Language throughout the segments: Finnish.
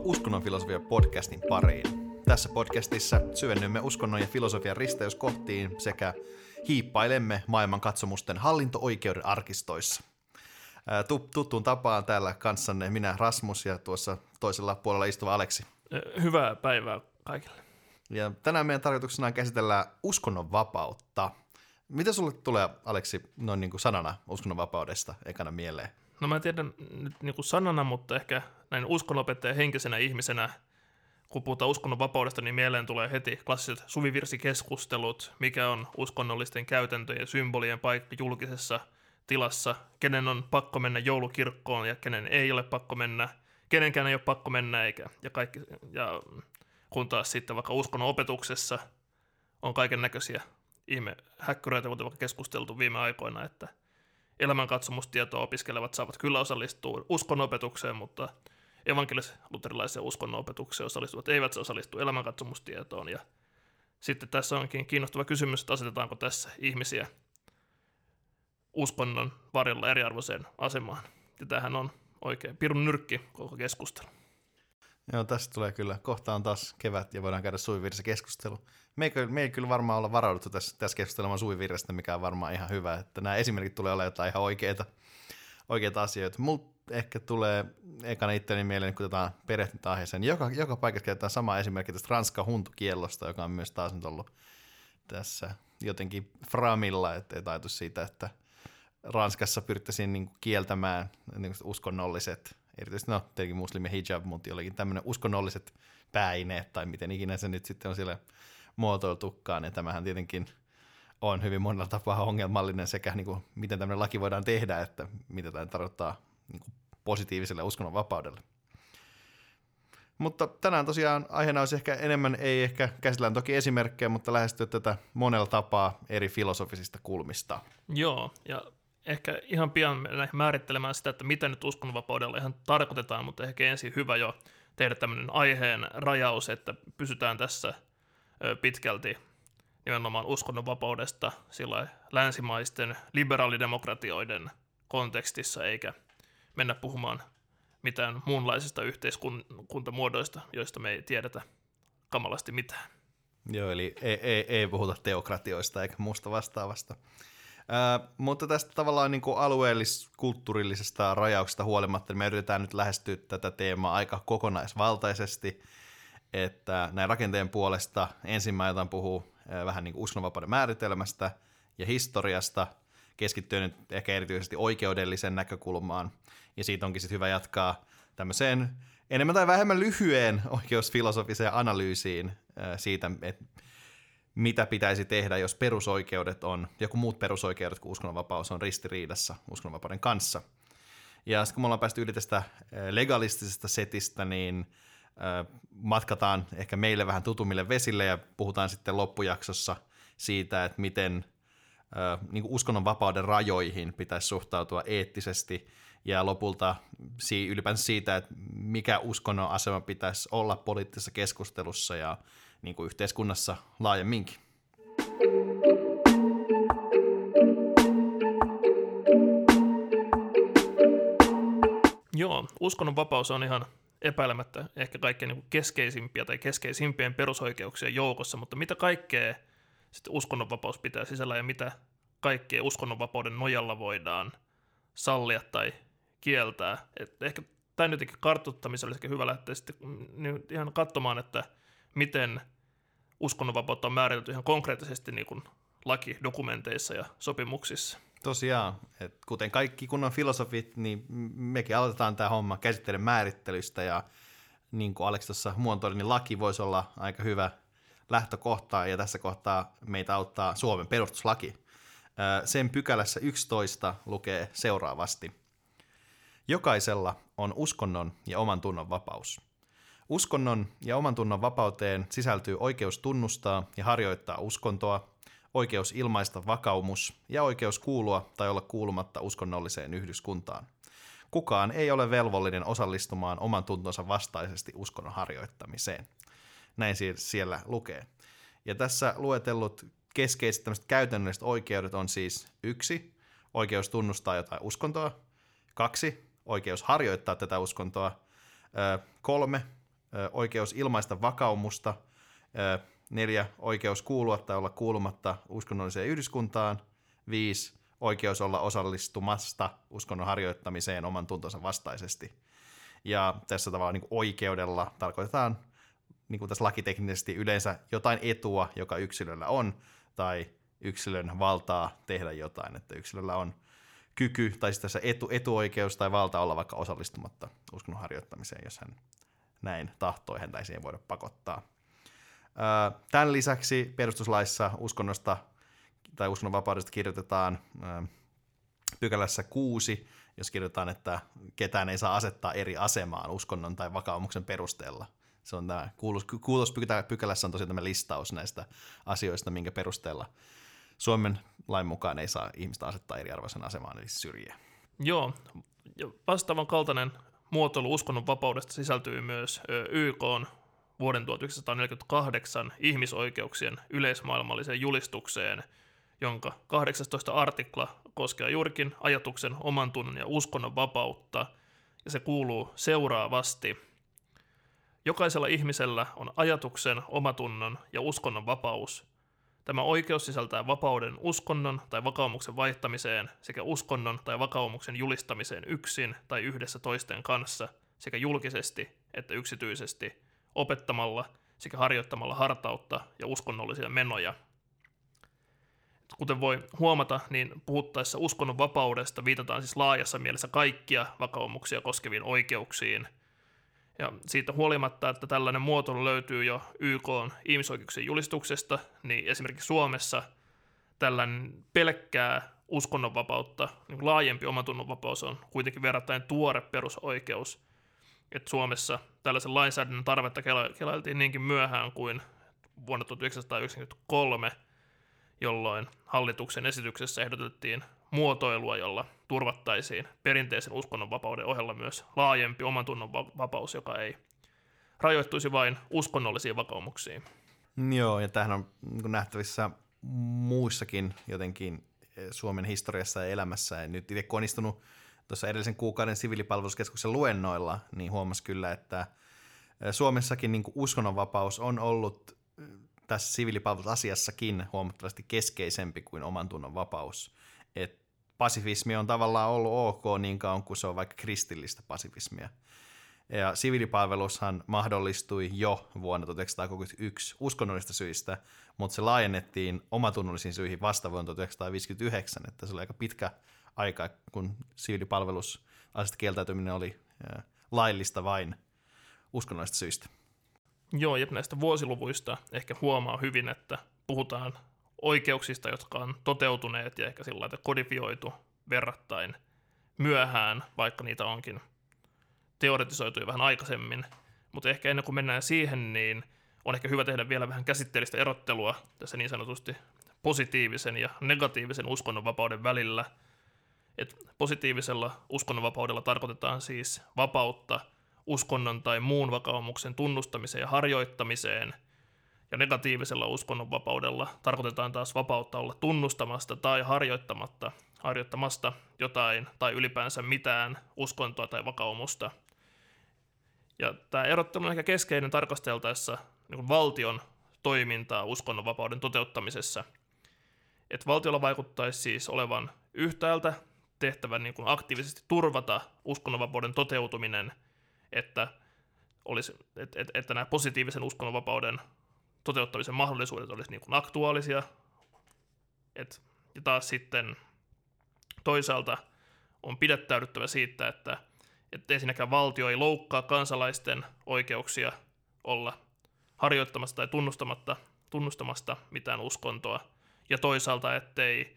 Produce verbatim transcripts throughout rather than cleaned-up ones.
Uskonnon filosofia podcastin pariin. Tässä podcastissa syvennymme uskonnon ja filosofian risteyskohtiin sekä hiippailemme maailmankatsomusten hallinto-oikeuden arkistoissa. Tuttuun tapaan täällä kanssanne minä Rasmus ja tuossa toisella puolella istuva Aleksi. Hyvää päivää kaikille. Ja tänään meidän tarkoituksena on käsitellä uskonnon vapautta. Mitä sulle tulee, Aleksi, noin niin kuin sanana uskonnonvapaudesta ekana mieleen? No mä tiedän nyt niin kuin sanana, mutta ehkä näin uskonnonopettajan henkisenä ihmisenä, kun puhutaan uskonnonvapaudesta, niin mieleen tulee heti klassiset suvivirsikeskustelut, mikä on uskonnollisten käytäntöjen ja symbolien paikka julkisessa tilassa, kenen on pakko mennä joulukirkkoon ja kenen ei ole pakko mennä, kenenkään ei ole pakko mennä, eikä, ja, kaikki, ja kun taas sitten vaikka uskonnon opetuksessa on kaiken näköisiä ihme häkkyreitä, kuten vaikka keskusteltu viime aikoina, että elämänkatsomustietoa opiskelevat saavat kyllä osallistua uskonnonopetukseen, mutta evankelis-luterilaiseen uskonnonopetukseen osallistuvat eivät saa osallistua elämänkatsomustietoon. Ja sitten tässä onkin kiinnostava kysymys, että asetetaanko tässä ihmisiä uskonnon varjolla eriarvoiseen asemaan. Ja tämähän on oikein pirun nyrkki koko keskustelu. Joo, tästä tulee kyllä. Kohta on taas kevät ja voidaan käydä suvivirressä keskustelu. Me ei, me ei kyllä varmaan olla varauduttu tässä, tässä keskustelemaan suvivirrestä, mikä on varmaan ihan hyvä. Että nämä esimerkit tulee olemaan jotain ihan oikeita, oikeita asioita. Mut ehkä tulee ekana itteni mieleen, kun otetaan perehtynyt aiheeseen. Joka, joka paikassa käytetään sama esimerkki tästä Ranskan huntukiellosta, joka on myös taas nyt ollut tässä jotenkin framilla, että ei taitu siitä, että Ranskassa pyrittäisiin niin kuin kieltämään niin kuin uskonnolliset, erityisesti no tietenkin muslimien hijab, mutta jollakin tämmöinen uskonnolliset pääineet, tai miten ikinä se nyt sitten on siellä muotoiltukaan, ja tämähän tietenkin on hyvin monella tapaa ongelmallinen sekä niin kuin, miten tämmöinen laki voidaan tehdä, että mitä tämä tarkoittaa niin kuin positiiviselle uskonnonvapaudelle. Mutta tänään tosiaan aiheena olisi ehkä enemmän, ei ehkä käsitellään toki esimerkkejä, mutta lähestyä tätä monella tapaa eri filosofisista kulmista. Joo, ja ehkä ihan pian mennään määrittelemään sitä, että mitä nyt uskonnonvapaudella ihan tarkoitetaan, mutta ehkä ensin hyvä jo tehdä tämmöinen aiheen rajaus, että pysytään tässä pitkälti nimenomaan uskonnonvapaudesta sillä länsimaisten liberaalidemokratioiden kontekstissa, eikä mennä puhumaan mitään muunlaisista yhteiskuntamuodoista, joista me ei tiedetä kamalasti mitään. Joo, eli ei, ei, ei puhuta teokratioista eikä muusta vastaavasta. Äh, mutta tästä tavallaan niin kuin alueellis-kulttuurillisesta rajauksesta huolimatta, niin me yritetään nyt lähestyä tätä teemaa aika kokonaisvaltaisesti, että näin rakenteen puolesta ensimmäinen puhuu äh, vähän niin kuin uskonnonvapauden määritelmästä ja historiasta, keskittyen nyt ehkä erityisesti oikeudelliseen näkökulmaan, ja siitä onkin sitten hyvä jatkaa tämmöiseen enemmän tai vähemmän lyhyeen oikeusfilosofiseen analyysiin äh, siitä, että mitä pitäisi tehdä, jos perusoikeudet on, joku muut perusoikeudet kuin uskonnonvapaus on ristiriidassa uskonnonvapauden kanssa. Ja sitten kun me ollaan päästy yli tästä legalistisesta setistä, niin matkataan ehkä meille vähän tutummille vesille ja puhutaan sitten loppujaksossa siitä, että miten niin kuin uskonnonvapauden rajoihin pitäisi suhtautua eettisesti ja lopulta ylipäänsä siitä, että mikä uskonnon asema pitäisi olla poliittisessa keskustelussa ja niin kuin yhteiskunnassa laajemminkin. Joo, uskonnonvapaus on ihan epäilemättä ehkä kaikkein niin kuin keskeisimpiä tai keskeisimpien perusoikeuksien joukossa, mutta mitä kaikkea sitten uskonnonvapaus pitää sisällä ja mitä kaikkea uskonnonvapauden nojalla voidaan sallia tai kieltää. Et ehkä tämän jotenkin kartoittamisella olisi hyvä lähteä sitten ihan katsomaan, että miten uskonnonvapautta on määritelty ihan konkreettisesti niin kuin lakidokumenteissa ja sopimuksissa. Tosiaan, että kuten kaikki kunnon filosofit, niin mekin aloitetaan tämä homma käsitteiden määrittelystä, ja niin kuin Aleksi tuossa muotoili, niin laki voisi olla aika hyvä lähtökohta, ja tässä kohtaa meitä auttaa Suomen perustuslaki. Sen pykälässä yksitoista lukee seuraavasti. Jokaisella on uskonnon ja oman tunnon vapaus. Uskonnon ja oman tunnon vapauteen sisältyy oikeus tunnustaa ja harjoittaa uskontoa, oikeus ilmaista vakaumus ja oikeus kuulua tai olla kuulumatta uskonnolliseen yhdyskuntaan. Kukaan ei ole velvollinen osallistumaan oman tuntonsa vastaisesti uskonnon harjoittamiseen. Näin siellä lukee. Ja tässä luetellut keskeiset tämmöiset käytännölliset oikeudet on siis yksi, oikeus tunnustaa jotain uskontoa, kaksi, oikeus harjoittaa tätä uskontoa, kolme, oikeus ilmaista vakaumusta, neljä, oikeus kuulua tai olla kuulumatta uskonnolliseen yhdyskuntaan, viisi, oikeus olla osallistumasta uskonnon harjoittamiseen oman tuntonsa vastaisesti. Ja tässä tavallaan niin oikeudella tarkoitetaan niin kuin tässä lakiteknisesti yleensä jotain etua, joka yksilöllä on, tai yksilön valtaa tehdä jotain, että yksilöllä on kyky, tai siis tässä etu, etuoikeus tai valta olla vaikka osallistumatta uskonnon harjoittamiseen, jos hän näin tahtoo, häntä ei siihen voida pakottaa. Tämän lisäksi perustuslaissa uskonnosta tai uskonnonvapaudesta kirjoitetaan pykälässä kuusi, jos kirjoitetaan, että ketään ei saa asettaa eri asemaan uskonnon tai vakaumuksen perusteella. Se on tämä kuutospykälässä on tosiaan tämä listaus näistä asioista, minkä perusteella Suomen lain mukaan ei saa ihmistä asettaa eriarvoisen asemaan, eli syrjiä. Joo, ja vastaavan kaltainen muotoilu uskonnonvapaudesta sisältyy myös Y K:n vuoden tuhatyhdeksänsataaneljäkymmentäkahdeksan ihmisoikeuksien yleismaailmalliseen julistukseen, jonka kahdeksastoista artikla koskee juurikin ajatuksen, omantunnon ja uskonnon vapautta, ja se kuuluu seuraavasti. Jokaisella ihmisellä on ajatuksen, omatunnon ja uskonnon vapaus. Tämä oikeus sisältää vapauden uskonnon tai vakaumuksen vaihtamiseen sekä uskonnon tai vakaumuksen julistamiseen yksin tai yhdessä toisten kanssa sekä julkisesti että yksityisesti, opettamalla sekä harjoittamalla hartautta ja uskonnollisia menoja. Kuten voi huomata, niin puhuttaessa uskonnon vapaudesta viitataan siis laajassa mielessä kaikkia vakaumuksia koskeviin oikeuksiin. Ja siitä huolimatta, että tällainen muotoilu löytyy jo Y K:n ihmisoikeuksien julistuksesta, niin esimerkiksi Suomessa tällainen pelkkää uskonnonvapautta, niin laajempi omatunnonvapaus on kuitenkin verrattain tuore perusoikeus. Että Suomessa tällaisen lainsäädännön tarvetta kelailtiin niinkin myöhään kuin vuonna tuhatyhdeksänsataayhdeksänkymmentäkolme, jolloin hallituksen esityksessä ehdotettiin muotoilua, jolla turvattaisiin perinteisen uskonnonvapauden ohella myös laajempi omantunnon vapaus, joka ei rajoittuisi vain uskonnollisiin vakaumuksiin. Joo, ja tämähän on nähtävissä muissakin jotenkin Suomen historiassa ja elämässä. Ja nyt itse kun on istunut tuossa edellisen kuukauden siviilipalveluskeskuksen luennoilla, niin huomasi kyllä, että Suomessakin niin kuin uskonnonvapaus on ollut tässä siviilipalvelusasiassakin huomattavasti keskeisempi kuin omantunnon vapaus. Et pasifismi on tavallaan ollut ok niin kauan kuin se on vaikka kristillistä pasifismia. Ja siviilipalvelushan mahdollistui jo vuonna tuhatyhdeksänsataakolmekymmentäyksi uskonnollista syistä, mutta se laajennettiin omatunnollisiin syihin vasta vuonna tuhatyhdeksänsataaviisikymmentäyhdeksän, että se oli aika pitkä aika, kun siviilipalvelusasiasta kieltäytyminen oli laillista vain uskonnollisista syistä. Joo, ja näistä vuosiluvuista ehkä huomaa hyvin, että puhutaan oikeuksista, jotka on toteutuneet ja ehkä sillä lailla kodifioitu verrattain myöhään, vaikka niitä onkin teoretisoitu jo vähän aikaisemmin. Mutta ehkä ennen kuin mennään siihen, niin on ehkä hyvä tehdä vielä vähän käsitteellistä erottelua tässä niin sanotusti positiivisen ja negatiivisen uskonnonvapauden välillä. Et positiivisella uskonnonvapaudella tarkoitetaan siis vapautta uskonnon tai muun vakaumuksen tunnustamiseen ja harjoittamiseen, ja negatiivisella uskonnonvapaudella tarkoitetaan taas vapautta olla tunnustamasta tai harjoittamatta, harjoittamasta jotain tai ylipäänsä mitään uskontoa tai vakaumusta. Ja tämä erottelu on ehkä keskeinen tarkasteltaessa niin valtion toimintaa uskonnonvapauden toteuttamisessa. Että valtiolla vaikuttaisi siis olevan yhtäältä tehtävän niin kuin aktiivisesti turvata uskonnonvapauden toteutuminen, että, olisi, että, että, että nämä positiivisen uskonnonvapauden toteuttamisen mahdollisuudet olisi niin kuin aktuaalisia, et, ja taas sitten toisaalta on pidättäydyttävä siitä, että, että ensinnäkään valtio ei loukkaa kansalaisten oikeuksia olla harjoittamassa tai tunnustamatta, tunnustamasta mitään uskontoa, ja toisaalta ettei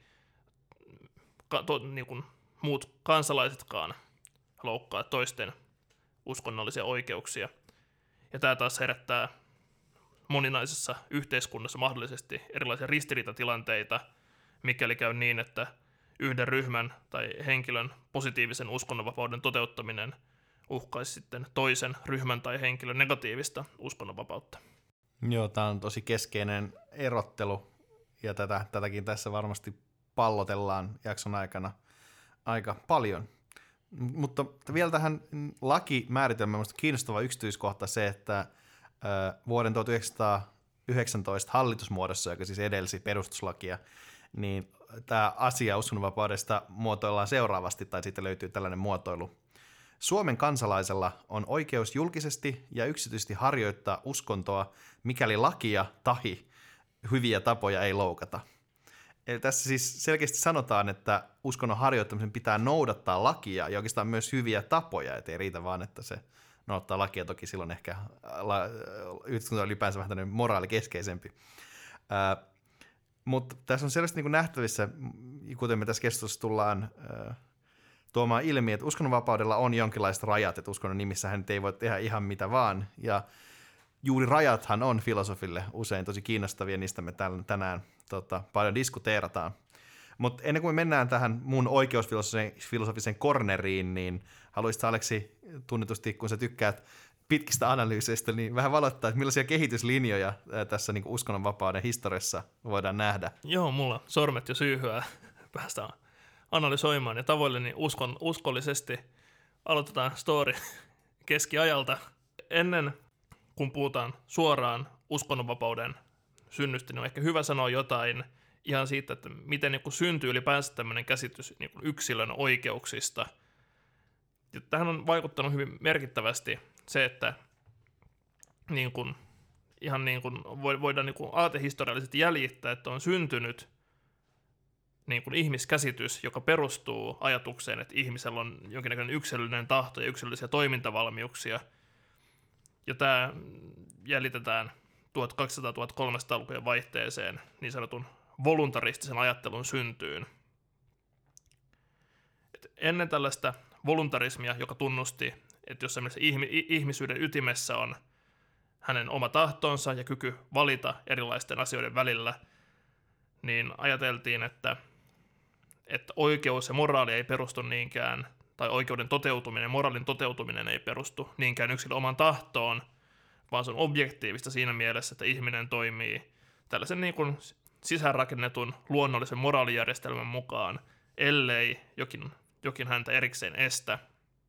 ka, to, niin kuin muut kansalaisetkaan loukkaa toisten uskonnollisia oikeuksia. Ja tämä taas herättää moninaisessa yhteiskunnassa mahdollisesti erilaisia ristiriitatilanteita, mikäli käy niin, että yhden ryhmän tai henkilön positiivisen uskonnonvapauden toteuttaminen uhkaisi sitten toisen ryhmän tai henkilön negatiivista uskonnonvapautta. Joo, tämä on tosi keskeinen erottelu, ja tätä, tätäkin tässä varmasti pallotellaan jakson aikana aika paljon. Mutta vielä tähän lakimääritelmään minusta kiinnostava yksityiskohta se, että vuoden tuhatyhdeksänsataayhdeksäntoista hallitusmuodossa, joka siis edelsi perustuslakia, niin tämä asia uskonnonvapaudesta muotoillaan seuraavasti, tai siitä löytyy tällainen muotoilu. Suomen kansalaisella on oikeus julkisesti ja yksityisesti harjoittaa uskontoa, mikäli lakia tahi hyviä tapoja ei loukata. Eli tässä siis selkeästi sanotaan, että uskonnon harjoittamisen pitää noudattaa lakia ja oikeastaan myös hyviä tapoja, et ei riitä vaan, että se noudattaa lakia, toki silloin ehkä la, yhteiskunta on ylipäänsä vähän tämmöinen moraalikeskeisempi. Ää, mutta tässä on selvästi niin kuin nähtävissä, kuten me tässä keskustelussa tullaan ää, tuomaan ilmi, että uskonnonvapaudella on jonkinlaiset rajat, että uskonnon nimissähän ei voi tehdä ihan mitä vaan, ja juuri rajathan on filosofille usein tosi kiinnostavia, niistä me tänään tota, paljon diskuteerataan. Mutta ennen kuin me mennään tähän mun oikeusfilosofisen corneriin, niin haluaisit Aleksi tunnetusti, kun sä tykkäät pitkistä analyyseistä, niin vähän valottaa, että millaisia kehityslinjoja tässä niin kuin uskonnonvapauden historiassa voidaan nähdä. Joo, mulla sormet jo syyhyää päästään analysoimaan ja tavoilleni uskon, uskollisesti aloitetaan story keskiajalta. Ennen kun puhutaan suoraan uskonnonvapauden synnystä, niin on ehkä hyvä sanoa jotain ihan siitä, että miten niin kuin syntyy ylipäänsä tämmöinen käsitys niin kuin yksilön oikeuksista. Ja tähän on vaikuttanut hyvin merkittävästi se, että niin kuin, ihan niin kuin voidaan niin kuin aatehistoriallisesti jäljittää, että on syntynyt niin kuin ihmiskäsitys, joka perustuu ajatukseen, että ihmisellä on jonkinnäköinen yksilöllinen tahto ja yksilöllisiä toimintavalmiuksia. Ja tämä jäljitetään tuhatkaksisataa–tuhatkolmesataalukujen vaihteeseen niin sanotun voluntaristisen ajattelun syntyyn. Et ennen tällaista voluntarismia, joka tunnusti, että jos ihmisyyden ytimessä on hänen oma tahtonsa ja kyky valita erilaisten asioiden välillä, niin ajateltiin, että, että oikeus ja moraali ei perustu niinkään, tai oikeuden toteutuminen ja moraalin toteutuminen ei perustu niinkään yksilön omaan tahtoon, vaan se on objektiivista siinä mielessä, että ihminen toimii tällaisen niin kuin sisäänrakennetun luonnollisen moraalijärjestelmän mukaan, ellei jokin, jokin häntä erikseen estä.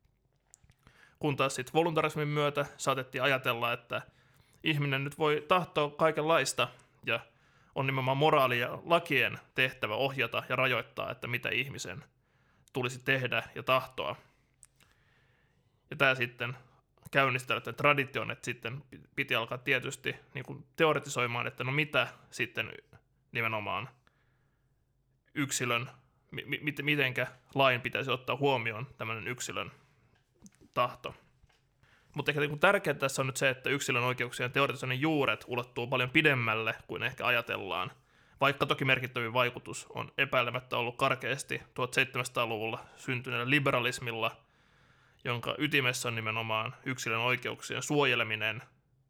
Kun taas sitten voluntarismin myötä saatettiin ajatella, että ihminen nyt voi tahtoa kaikenlaista ja on nimenomaan moraali ja lakien tehtävä ohjata ja rajoittaa, että mitä ihmisen tulisi tehdä ja tahtoa. Ja tämä sitten käynnistää tämän tradition, että sitten piti alkaa tietysti niin kuin teoretisoimaan, että no mitä sitten nimenomaan yksilön, mi- mitenkä lain pitäisi ottaa huomioon tämmöinen yksilön tahto. Mutta ehkä niin tärkeää tässä on nyt se, että yksilön oikeuksien teoretisoinnin juuret ulottuu paljon pidemmälle kuin ehkä ajatellaan, vaikka toki merkittävin vaikutus on epäilemättä ollut karkeasti tuhatseitsemänsataaluvulla syntyneellä liberalismilla, jonka ytimessä on nimenomaan yksilön oikeuksien suojeleminen,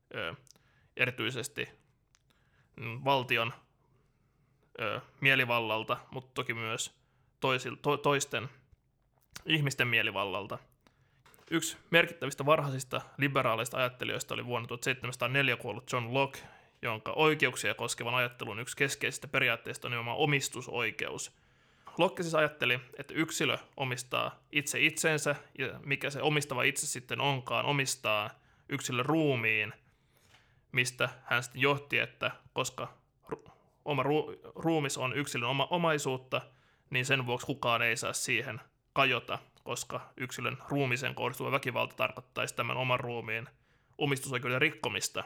erityisesti valtion mielivallalta, mutta toki myös toisten ihmisten mielivallalta. Yksi merkittävistä varhaisista liberaaleista ajattelijoista oli vuonna tuhatseitsemänsataaneljä kuollut John Locke, jonka oikeuksia koskevan ajattelun yksi keskeisistä periaatteista on nimenomaan omistusoikeus. Locke siis ajatteli, että yksilö omistaa itse itsensä, ja mikä se omistava itse sitten onkaan, omistaa yksilön ruumiin, mistä hän sitten johti, että koska ru- oma ru- ruumis on yksilön oma omaisuutta, niin sen vuoksi kukaan ei saa siihen kajota, koska yksilön ruumiseen kohdistuva väkivalta tarkoittaisi tämän oman ruumiin omistusoikeuden rikkomista.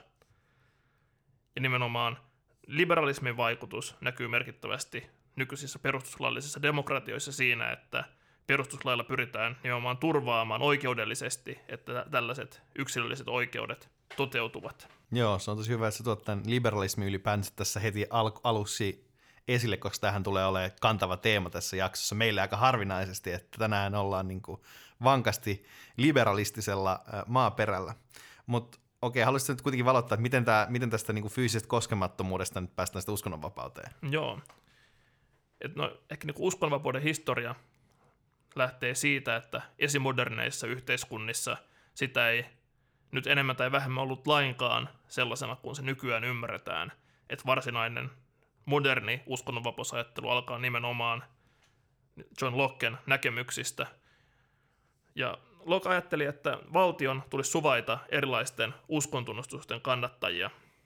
Ja nimenomaan liberalismin vaikutus näkyy merkittävästi nykyisissä perustuslaillisissa demokratioissa siinä, että perustuslailla pyritään nimenomaan turvaamaan oikeudellisesti, että tällaiset yksilölliset oikeudet toteutuvat. Joo, se on tosi hyvä, että sä tuot tämän liberalismin ylipäänsä tässä heti al- aluksi esille, koska tämähän tulee olemaan kantava teema tässä jaksossa meille aika harvinaisesti, että tänään ollaan niin kuin vankasti liberalistisella maaperällä. Mutta okei, haluaisitko nyt kuitenkin valottaa, että miten, tämä, miten tästä niin kuin fyysisestä koskemattomuudesta nyt päästään sitä uskonnonvapauteen? Joo. Et no, ehkä niin kuin uskonnonvapauden historia lähtee siitä, että esimoderneissa yhteiskunnissa sitä ei nyt enemmän tai vähemmän ollut lainkaan sellaisena kuin se nykyään ymmärretään, että varsinainen moderni uskonnonvapausajattelu alkaa nimenomaan John Locken näkemyksistä, Ja Locke ajatteli, että valtion tulisi suvaita erilaisten uskontunnustusten kannattajia.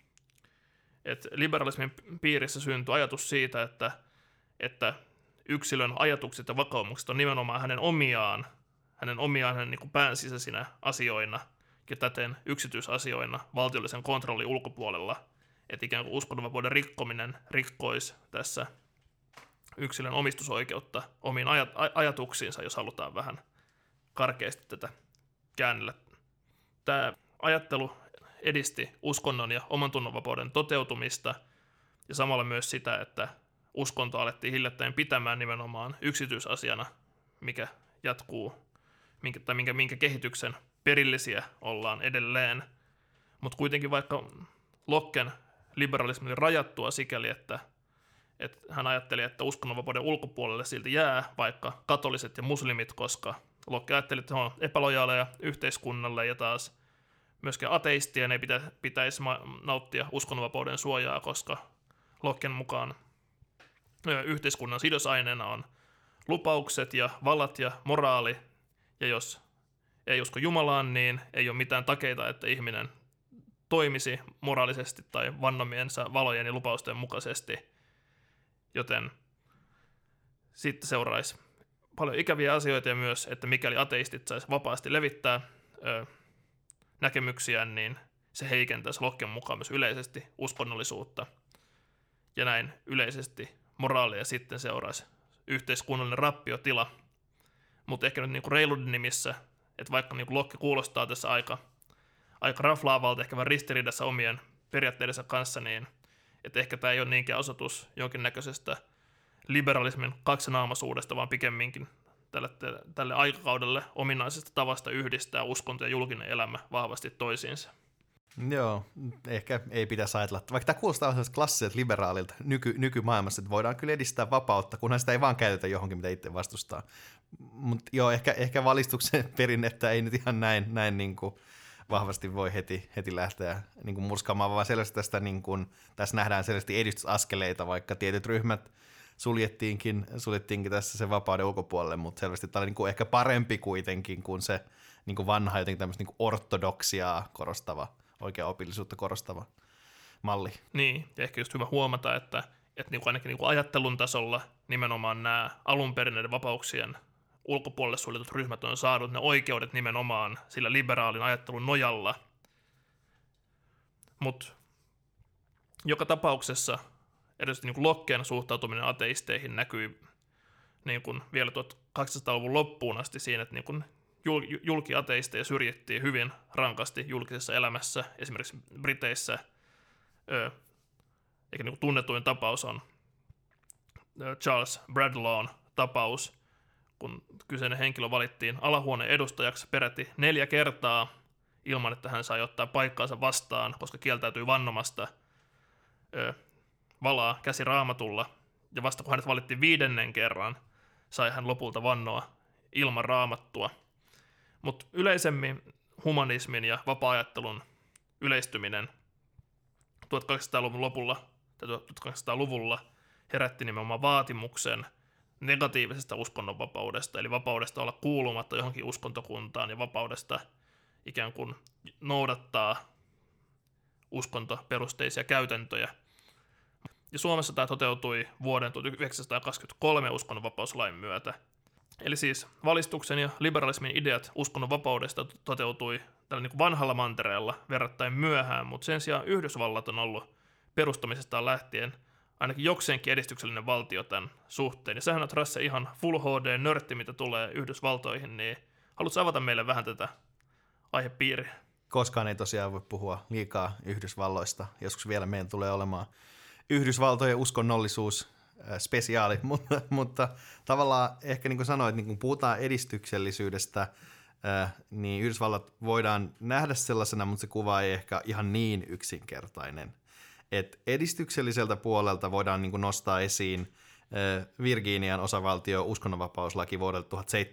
Et liberalismin piirissä syntyi ajatus siitä, että, että yksilön ajatukset ja vakaumukset on nimenomaan hänen omiaan, hänen omiaan hänen niin kuin päänsisäisinä asioina ja täten yksityisasioina valtiollisen kontrollin ulkopuolella. Että ikään kuin uskonnonvapauden rikkominen rikkoisi tässä yksilön omistusoikeutta omiin aj- ajatuksiinsa, jos halutaan vähän karkeasti tätä käännellä. Tämä ajattelu edisti uskonnon ja omantunnonvapauden toteutumista ja samalla myös sitä, että uskonto alettiin hiljattain pitämään nimenomaan yksityisasiana, mikä jatkuu, minkä, tai minkä, minkä kehityksen perillisiä ollaan edelleen. Mutta kuitenkin vaikka Locken liberalismi oli rajattua sikäli, että, että hän ajatteli, että uskonnonvapauden ulkopuolelle silti jää vaikka katoliset ja muslimit, koska Locke ajatteli, että he on epälojaaleja yhteiskunnalle ja taas myöskään ateistien ei pitä, pitäisi nauttia uskonnonvapauden suojaa, koska Locken mukaan yhteiskunnan sidosaineena on lupaukset ja vallat ja moraali, ja jos ei usko Jumalaan, niin ei ole mitään takeita, että ihminen toimisi moraalisesti tai vannomiensa valojen ja lupausten mukaisesti, joten sitten seuraisi paljon ikäviä asioita ja myös, että mikäli ateistit saisi vapaasti levittää ö, näkemyksiään, niin se heikentäisi Locken mukaan myös yleisesti uskonnollisuutta ja näin yleisesti moraalia sitten seuraisi yhteiskunnallinen rappiotila. Mutta ehkä nyt niinku reiluuden nimissä, että vaikka niinku Locke kuulostaa tässä aika, aika raflaavalta, ehkä vähän ristiriidassa omien periaatteidensa kanssa, niin että ehkä tämä ei ole niinkään osoitus jonkinnäköisestä liberalismin kaksinaamaisuudesta, vaan pikemminkin tälle, tälle aikakaudelle ominaisesta tavasta yhdistää uskonto ja julkinen elämä vahvasti toisiinsa. Joo, ehkä ei pitäisi ajatella. Vaikka tämä kuulostaa sellaiselta klassiselta liberaalilta nyky, nykymaailmassa, että voidaan kyllä edistää vapautta, kunhan sitä ei vaan käytetä johonkin, mitä itse vastustaa. Mutta joo, ehkä, ehkä valistuksen perinnettä ei nyt ihan näin, näin niin kuin vahvasti voi heti, heti lähteä niin kuin murskaamaan, vaan selvästi tästä, niin kuin, tässä nähdään selvästi edistysaskeleita, vaikka tietyt ryhmät suljettiinkin, suljettiinkin tässä sen vapauden ulkopuolelle, mutta selvästi tämä oli niin kuin ehkä parempi kuitenkin kuin se niin kuin vanha jotenkin tämmöistä niin kuin ortodoksiaa korostava, oikea opillisuutta korostava malli. Niin, ja ehkä just hyvä huomata, että, että niin kuin ainakin niin kuin ajattelun tasolla nimenomaan nämä alun perin näiden vapauksien ulkopuolelle suljetut ryhmät on saanut ne oikeudet nimenomaan sillä liberaalin ajattelun nojalla. Mutta joka tapauksessa erityisesti niin kuin Locken suhtautuminen ateisteihin näkyy niin kuin vielä tuhatkahdeksansataaluvun loppuun asti siinä, että niin kuin julkiateisteja syrjittiin hyvin rankasti julkisessa elämässä. Esimerkiksi Briteissä ö, eikä niin kuin tunnetuin tapaus on Charles Bradlaughin tapaus, kun kyseinen henkilö valittiin alahuoneen edustajaksi peräti neljä kertaa ilman, että hän sai ottaa paikkaansa vastaan, koska kieltäytyi vannomasta ö, valaa käsi raamatulla, ja vasta kun hänet valittiin viidennen kerran, sai hän lopulta vannoa ilman raamattua. Mutta yleisemmin humanismin ja vapaa-ajattelun yleistyminen tuhatkahdeksansataaluvun lopulla tai tuhatkahdeksansataaluvulla herätti nimenomaan vaatimuksen negatiivisesta uskonnonvapaudesta, eli vapaudesta olla kuulumatta johonkin uskontokuntaan ja vapaudesta ikään kuin noudattaa uskontoperusteisia käytäntöjä. Ja Suomessa tämä toteutui vuoden tuhatyhdeksänsataakaksikymmentäkolme uskonnonvapauslain myötä. Eli siis valistuksen ja liberalismin ideat uskonnonvapaudesta toteutui tällä niin kuin vanhalla mantereella verrattain myöhään, mutta sen sijaan Yhdysvallat on ollut perustamisestaan lähtien ainakin jokseenkin edistyksellinen valtio tämän suhteen. Ja sähän on Rasse ihan full H D-nörtti, mitä tulee Yhdysvaltoihin, niin haluatko avata meille vähän tätä aihepiiriä? Koskaan ei tosiaan voi puhua liikaa Yhdysvalloista. Joskus vielä meidän tulee olemaan Yhdysvaltojen uskonnollisuus spesiaali, mutta, mutta tavallaan ehkä niin kuin sanoit, niin kun puhutaan edistyksellisyydestä, niin Yhdysvallat voidaan nähdä sellaisena, mutta se kuva ei ehkä ihan niin yksinkertainen. Et edistykselliseltä puolelta voidaan niin kuin nostaa esiin Virginian osavaltio uskonnonvapauslaki vuodelta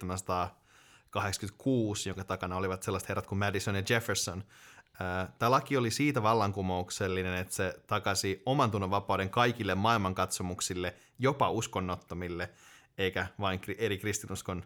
tuhatseitsemänsataakahdeksankymmentäkuusi, jonka takana olivat sellaiset herrat kuin Madison ja Jefferson. Tämä laki oli siitä vallankumouksellinen, että se takasi omantunnon vapauden kaikille maailmankatsomuksille, jopa uskonnottomille, eikä vain eri kristinuskon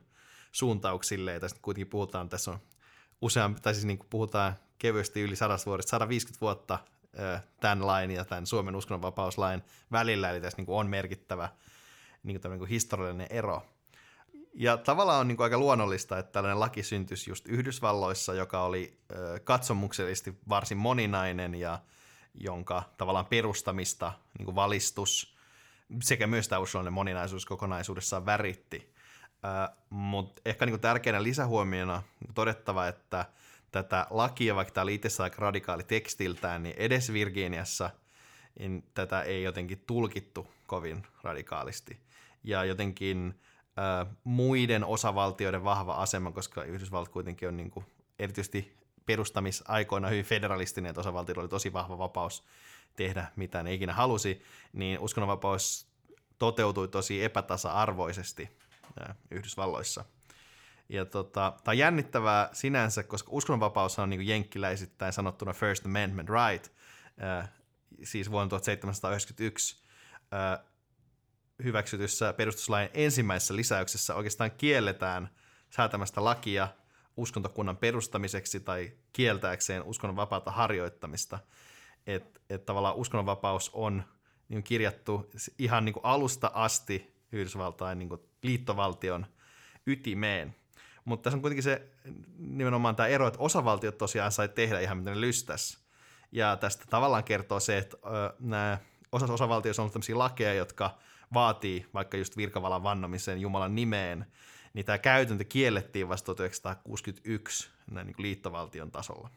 suuntauksille, ja tästä kuitenkin puhutaan, tässä on useampi, tai siis niin kuin puhutaan kevyesti yli sadasta vuodesta, sata viisikymmentä vuotta tämän lain ja tämän Suomen uskonnonvapauslain välillä, eli tässä niin kuin on merkittävä niin kuin niin kuin historiallinen ero. Ja tavallaan on niin kuin aika luonnollista, että tällainen laki syntyisi just Yhdysvalloissa, joka oli katsomuksellisesti varsin moninainen ja jonka tavallaan perustamista niin kuin valistus sekä myös tämä uskonnollinen moninaisuus kokonaisuudessaan väritti. Äh, Mutta ehkä niin kuin tärkeänä lisähuomiona todettava, että tätä lakia, vaikka tämä oli itsessään aika radikaali tekstiltään, niin edes Virginiassa niin tätä ei jotenkin tulkittu kovin radikaalisti. Ja jotenkin äh, muiden osavaltioiden vahva asema, koska Yhdysvallat kuitenkin on niin kuin erityisesti perustamisaikoina hyvin federalistinen, että osavaltioilla oli tosi vahva vapaus tehdä mitä ne ikinä halusi, niin uskonnonvapaus toteutui tosi epätasa-arvoisesti äh, Yhdysvalloissa. Ja tota, tämä on jännittävää sinänsä, koska uskonnonvapaus on niin kuin jenkkiläisittäin sanottuna First Amendment right, äh, siis vuonna tuhatseitsemänsataayhdeksänkymmentäyksi äh, hyväksytyssä perustuslain ensimmäisessä lisäyksessä oikeastaan kielletään säätämästä lakia uskontokunnan perustamiseksi tai kieltääkseen uskonnonvapaata harjoittamista. Että et tavallaan uskonnonvapaus on niin kirjattu ihan niin kuin alusta asti Yhdysvaltain niin kuin liittovaltion ytimeen. Mutta tässä on kuitenkin se nimenomaan tämä ero, että osavaltiot tosiaan sai tehdä ihan mitä ne lystäs. Ja tästä tavallaan kertoo se, että ö, nämä osassa osavaltioissa on ollut tämmöisiä lakeja, jotka vaatii vaikka just virkavalan vannomisen Jumalan nimeen, niin tämä käytäntö kiellettiin vasta tuhatyhdeksänsataakuusikymmentäyksi näin niin kuin liittovaltion tasolla.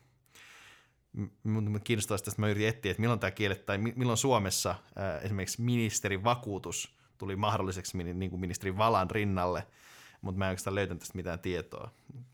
Minun kiinnostavasti tästä mä yritin etsiä, että milloin tämä kielletään, milloin Suomessa ää, esimerkiksi ministerin vakuutus tuli mahdolliseksi niin kuin ministerin valan rinnalle, mutta mä en oikeastaan löytänyt tästä mitään tietoa.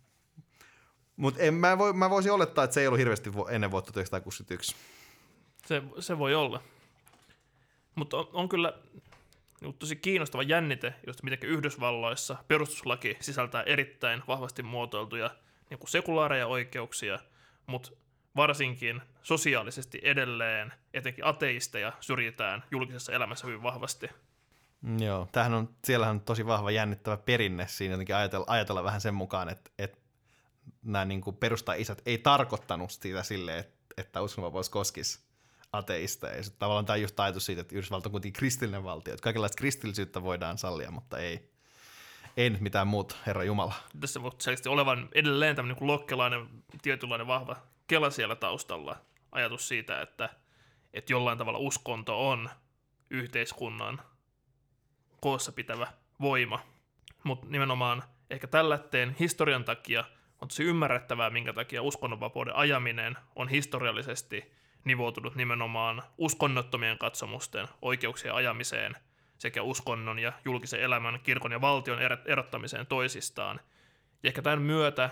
Mutta mä, voi, mä voisin olettaa, että se ei ollut hirveästi ennen vuotta tuhatyhdeksänsataakuusikymmentäyksi. Se, se voi olla. Mutta on, on kyllä tosi kiinnostava jännite, just miten Yhdysvalloissa perustuslaki sisältää erittäin vahvasti muotoiltuja niin kuin sekulaareja oikeuksia, mutta varsinkin sosiaalisesti edelleen etenkin ateisteja syrjitään julkisessa elämässä hyvin vahvasti. Joo, tämähän on, siellähän on tosi vahva jännittävä perinne siinä jotenkin ajatella, ajatella vähän sen mukaan, että, että nämä niin kuin perustajaisät ei tarkoittanut sitä silleen, että, että uskonnonvapaus koskisi ateisteja. Ja sitten tavallaan tämä on just ajatus siitä, että Yhdysvalta on kuitenkin kristillinen valtio, että kaikenlaista kristillisyyttä voidaan sallia, mutta ei, ei nyt mitään muuta, Herra Jumala. Tässä voi selkeästi olevan edelleen tämmöinen niin lokkelainen, tietynlainen vahva kela siellä taustalla. Ajatus siitä, että, että jollain tavalla uskonto on yhteiskunnan koossa pitävä voima. Mutta nimenomaan ehkä tällätteen historian takia on tosi ymmärrettävää, minkä takia uskonnonvapauden ajaminen on historiallisesti nivoutunut nimenomaan uskonnottomien katsomusten oikeuksien ajamiseen sekä uskonnon ja julkisen elämän, kirkon ja valtion erottamiseen toisistaan. Ja ehkä tämän myötä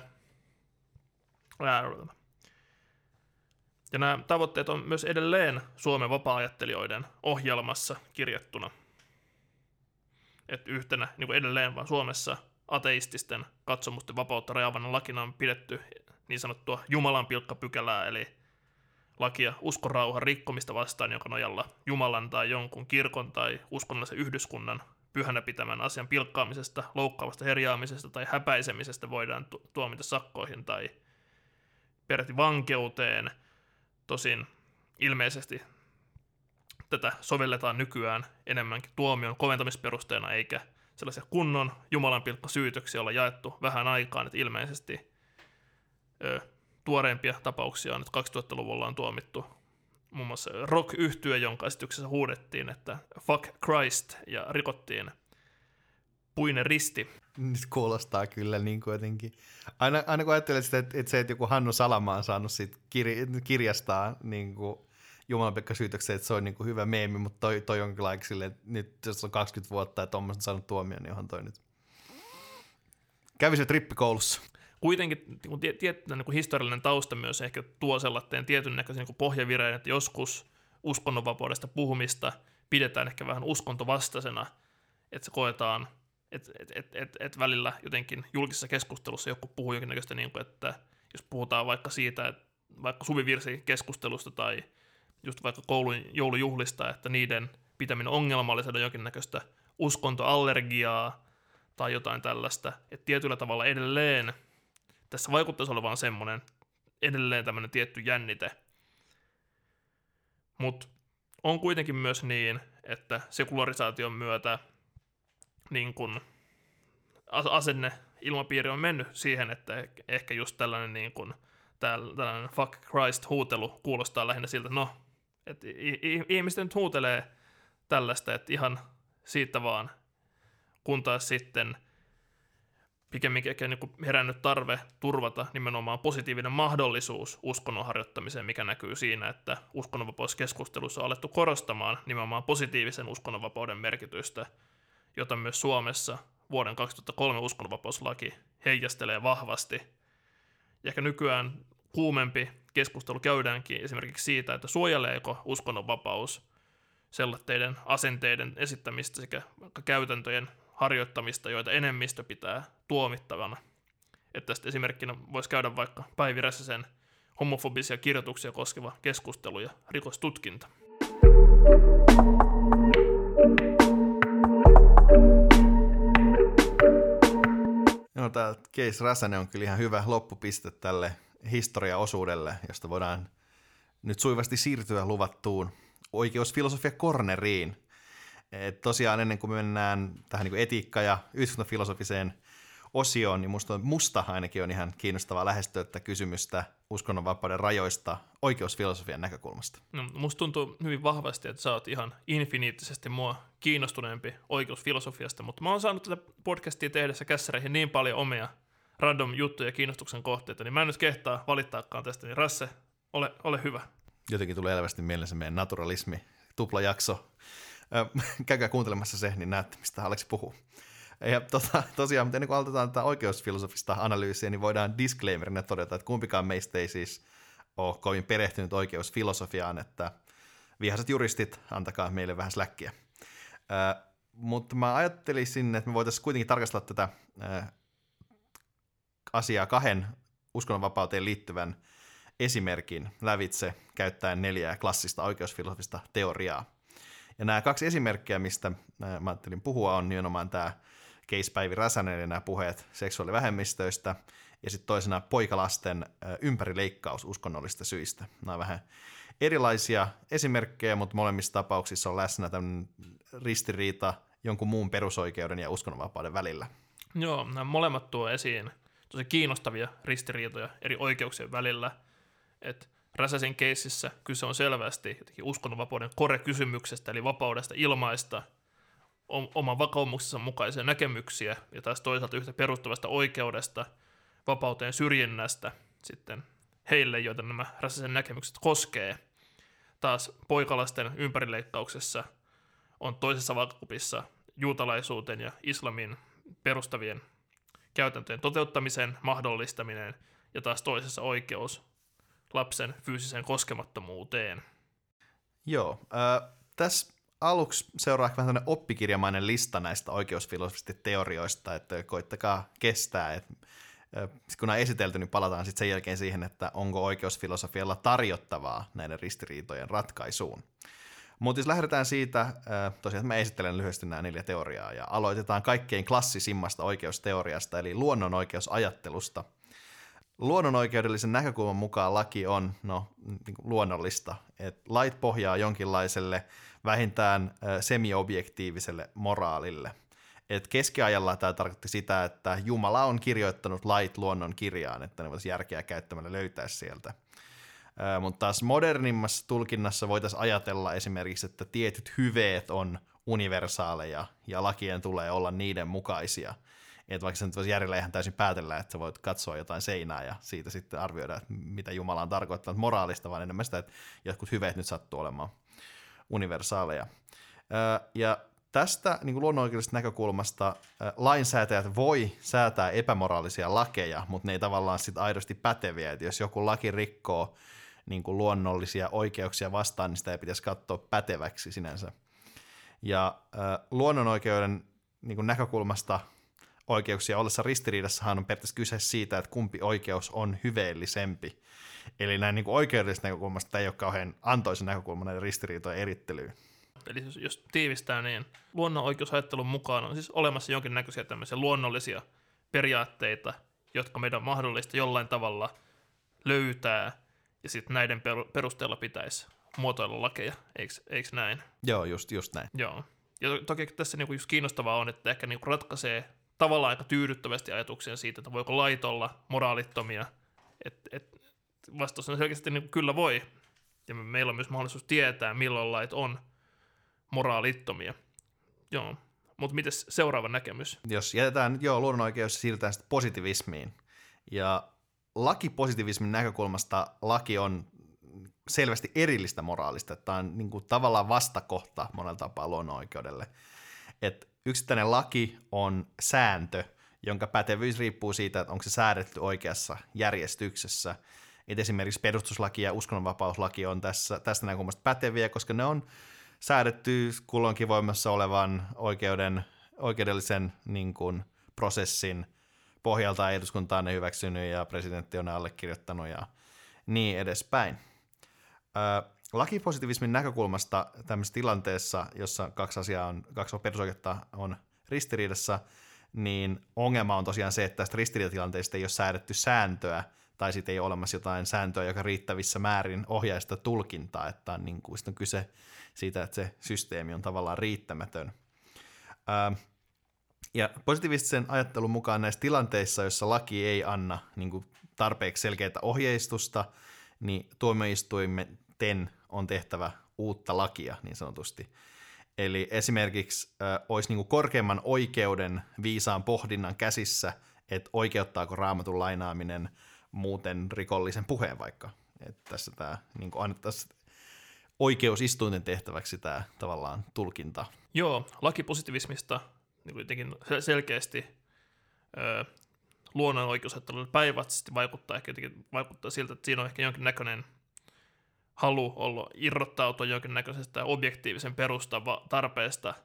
ja nämä tavoitteet on myös edelleen Suomen vapaa-ajattelijoiden ohjelmassa kirjattuna. Että yhtenä niin kuin edelleen vaan Suomessa ateististen katsomusten vapautta rajaavana lakina on pidetty niin sanottua Jumalan pilkkapykälää, eli lakia uskonrauhan rikkomista vastaan, jonka nojalla Jumalan tai jonkun kirkon tai uskonnollisen yhdyskunnan pyhänä pitämän asian pilkkaamisesta, loukkaavasta herjaamisesta tai häpäisemisestä voidaan tu- tuomita sakkoihin tai peräti vankeuteen. Tosin ilmeisesti tätä sovelletaan nykyään enemmänkin tuomion koventamisperusteena, eikä sellaisia kunnon Jumalan pilkkasyytöksiä olla jaettu vähän aikaan, että ilmeisesti ö, tuoreimpia tapauksia on nyt kaksituhattaluvulla on tuomittu muun muassa rock-yhtye, jonka esityksessä huudettiin, että fuck Christ, ja rikottiin puinen risti. Nyt kuulostaa kyllä niin kuin jotenkin. Aina, aina kun ajattelet sitä, että, että se, että joku Hannu Salama on saanut siitä kir- kirjastaa niin kuin Jumalanpilkkasyytökseen, että se on niin kuin hyvä meemi, mutta toi, toi on kyllä aika silleen, että nyt jos on kaksikymmentä vuotta ja tuommoista saanut tuomion, niin onhan toi nyt. Kävi se rippikoulussa. Kuitenkin niin tietty niin historiallinen tausta myös ehkä tuo sellainen tietyn näköisen niin pohjavireen, että joskus uskonnonvapaudesta puhumista pidetään ehkä vähän uskontovastaisena, että se koetaan, että et, et, et, et välillä jotenkin julkisessa keskustelussa joku puhuu jonkinnäköistä, niin kuin, että jos puhutaan vaikka siitä, että vaikka suvivirsikeskustelusta tai just vaikka koulun joulujuhlista, että niiden pitäminen ongelmallisena jonkinnäköistä uskontoallergiaa tai jotain tällaista. Että tietyllä tavalla edelleen tässä vaikuttaisi olevan semmoinen edelleen tämmöinen tietty jännite. Mutta on kuitenkin myös niin, että sekularisaation myötä niin kun asenne ilmapiiri on mennyt siihen, että ehkä just tällainen, niin kun, tällainen fuck Christ huutelu kuulostaa lähinnä siltä, no, että ihmiset nyt huutelee tällaista, että ihan siitä vaan, kun taas sitten pikemminkin ehkä niin herännyt tarve turvata nimenomaan positiivinen mahdollisuus uskonnon harjoittamiseen, mikä näkyy siinä, että uskonnonvapauskeskustelussa on alettu korostamaan nimenomaan positiivisen uskonnonvapauden merkitystä, jota myös Suomessa vuoden kaksituhattakolme uskonnonvapauslaki heijastelee vahvasti. Ja ehkä nykyään kuumempi keskustelu käydäänkin esimerkiksi siitä, että suojeleeko uskonnonvapaus sellaisten asenteiden esittämistä sekä käytäntöjen harjoittamista, joita enemmistö pitää tuomittavana. Että tästä esimerkkinä voisi käydä vaikka Päivi Räsäsen homofobisia kirjoituksia koskeva keskustelu ja rikostutkinta. No, tämä Case Räsänen on kyllä ihan hyvä loppupiste tälle historiaosuudelle, josta voidaan nyt suivasti siirtyä luvattuun oikeusfilosofia-korneriin. Et tosiaan ennen kuin me mennään tähän niin etiikka- ja yhteiskuntafilosofiseen osioon, niin musta, musta ainakin on ihan kiinnostavaa lähestyä tätä kysymystä uskonnonvapauden rajoista oikeusfilosofian näkökulmasta. No, musta tuntuu hyvin vahvasti, että sä oot ihan infiniittisesti mua kiinnostuneempi oikeusfilosofiasta, mutta mä oon saanut tätä podcastia tehdessä kässäreihin niin paljon omia random juttuja ja kiinnostuksen kohteita, niin mä en nyt kehtaa valittaakaan tästä, niin Rasse, ole, ole hyvä. Jotenkin tulee elävästi mieleen se meidän naturalismi, tuplajakso. Käykää kuuntelemassa se, niin näette, mistä Aleksi puhuu. Ja tota, tosiaan, mutta ennen kuin aloitetaan tätä oikeusfilosofista analyysiä, niin voidaan disclaimerina todeta, että kumpikaan meistä ei siis ole kovin perehtynyt oikeusfilosofiaan, että vihaiset juristit, antakaa meille vähän släkkiä. Äh, mutta mä ajattelisin, että me voitaisiin kuitenkin tarkastella tätä äh, asiaa kahden uskonnonvapauteen liittyvän esimerkin lävitse käyttäen neljää klassista oikeusfilosofista teoriaa. Ja nämä kaksi esimerkkiä, mistä mä ajattelin puhua, on nimenomaan tämä Case Päivi Räsänen ja nämä puheet seksuaalivähemmistöistä, ja sitten toisena poikalasten ympärileikkaus uskonnollista syistä. Nämä on vähän erilaisia esimerkkejä, mutta molemmissa tapauksissa on läsnä tämmöinen ristiriita jonkun muun perusoikeuden ja uskonnonvapauden välillä. Joo, nämä molemmat tuo esiin tosi kiinnostavia ristiriitoja eri oikeuksien välillä, että Räsäsen keississä kyse on selvästi jotenkin uskonnonvapauden kore-kysymyksestä, eli vapaudesta ilmaista oman vakaumuksensa mukaisia näkemyksiä, ja taas toisaalta yhtä perustavasta oikeudesta vapauteen syrjinnästä sitten heille, joita nämä Räsäsen näkemykset koskee. Taas poikalasten ympärileikkauksessa on toisessa vaakakupissa juutalaisuuteen ja islamin perustavien käytäntöjen toteuttamisen mahdollistaminen, ja taas toisessa oikeus lapsen fyysiseen koskemattomuuteen. Joo, äh, tässä aluksi seuraa vähän tämmöinen oppikirjamainen lista näistä oikeusfilosofisista teorioista, että koittakaa kestää. Et, äh, kun on esitelty, niin palataan sitten sen jälkeen siihen, että onko oikeusfilosofialla tarjottavaa näiden ristiriitojen ratkaisuun. Mutta jos lähdetään siitä, äh, tosiaan että mä esittelen lyhyesti nämä neljä teoriaa, ja aloitetaan kaikkein klassisimmasta oikeusteoriasta, eli luonnonoikeusajattelusta. Luonnonoikeudellisen näkökulman mukaan laki on no, niin kuin luonnollista, että lait pohjaa jonkinlaiselle vähintään semi-objektiiviselle moraalille. Et keskiajalla tämä tarkoitti sitä, että Jumala on kirjoittanut lait luonnon kirjaan, että ne voitaisiin järkeä käyttämällä löytää sieltä. Mutta taas modernimmassa tulkinnassa voitaisiin ajatella esimerkiksi, että tietyt hyveet on universaaleja ja lakien tulee olla niiden mukaisia. Että vaikka sä nyt voisi järjellä ihan täysin päätellä, että sä voit katsoa jotain seinää ja siitä sitten arvioida, että mitä Jumala on tarkoittanut moraalista, vaan enemmän sitä, että jotkut hyveet nyt sattuu olemaan universaaleja. Ja tästä niin kuin luonnonoikeudellisesta näkökulmasta lainsäätäjät voi säätää epämoraalisia lakeja, mutta ne ei tavallaan sit aidosti päteviä. Että jos joku laki rikkoo niin kuin luonnollisia oikeuksia vastaan, niin sitä ei pitäisi katsoa päteväksi sinänsä. Ja luonnonoikeuden niin kuin näkökulmasta oikeuksia ollessa ristiriidassahan on periaatteessa kyse siitä, että kumpi oikeus on hyveellisempi. Eli näin niin kuin oikeudellisesta näkökulmasta tämä ei ole kauhean antoisa näkökulma näiden ristiriitojen erittelyyn. Eli jos, jos tiivistää, niin luonnon oikeusajattelun mukaan on siis olemassa jonkinnäköisiä tämmöisiä luonnollisia periaatteita, jotka meidän on mahdollista jollain tavalla löytää, ja sitten näiden perusteella pitäisi muotoilla lakeja, eikö, eikö näin? Joo, just, just näin. Joo. Ja toki tässä niinku just kiinnostavaa on, että ehkä niinku ratkaisee tavallaan aika tyydyttävästi ajatuksia siitä, että voiko lait olla moraalittomia. Et, et vastaus on selkeästi niin kyllä voi. Ja meillä on myös mahdollisuus tietää, milloin lait on moraalittomia. Joo. Mutta miten seuraava näkemys? Jos jätetään joo, luonnonoikeus siirrytään sitten positivismiin. Ja lakipositivismin näkökulmasta laki on selvästi erillistä moraalista. Tämä on niin kuin tavallaan vastakohta monella tapaa luonnonoikeudelle. Et yksittäinen laki on sääntö, jonka pätevyys riippuu siitä, että onko se säädetty oikeassa järjestyksessä. Et esimerkiksi perustuslaki ja uskonnonvapauslaki on tässä, tästä näkökulmasta päteviä, koska ne on säädetty kulloinkin voimassa olevan oikeuden, oikeudellisen niin kuin, prosessin pohjalta. Eduskunta on ne hyväksynyt ja presidentti on ne allekirjoittanut ja niin edespäin. Ö, lakipositivismin näkökulmasta tämmöisessä tilanteessa, jossa kaksi asiaa on, kaksi perusoikeutta on ristiriidassa, niin ongelma on tosiaan se, että tästä ristiriidatilanteesta ei ole säädetty sääntöä, tai sitten ei ole olemassa jotain sääntöä, joka riittävissä määrin ohjaa sitä tulkintaa, että on, niin kuin, on kyse siitä, että se systeemi on tavallaan riittämätön. Ö, ja positiivisten ajattelun mukaan näissä tilanteissa, joissa laki ei anna niin kuin tarpeeksi selkeää ohjeistusta, niin tuomioistuimten on tehtävä uutta lakia niin sanotusti. Eli esimerkiksi äh, olisi niin kuin korkeimman oikeuden viisaan pohdinnan käsissä, että oikeuttaako Raamatun lainaaminen muuten rikollisen puheen vaikka. Että tässä tämä niin kuin annettaisiin oikeusistuinten tehtäväksi tämä tavallaan tulkinta. Joo, lakipositivismista niin kuitenkin selkeästi ö, luonnon oikeusajattelulle päinvastaisesti vaikuttaa, ehkä jotenkin vaikuttaa siltä, että siinä on ehkä jonkinnäköinen halu olla irrottautua jonkinnäköisestä objektiivisen perustava tarpeesta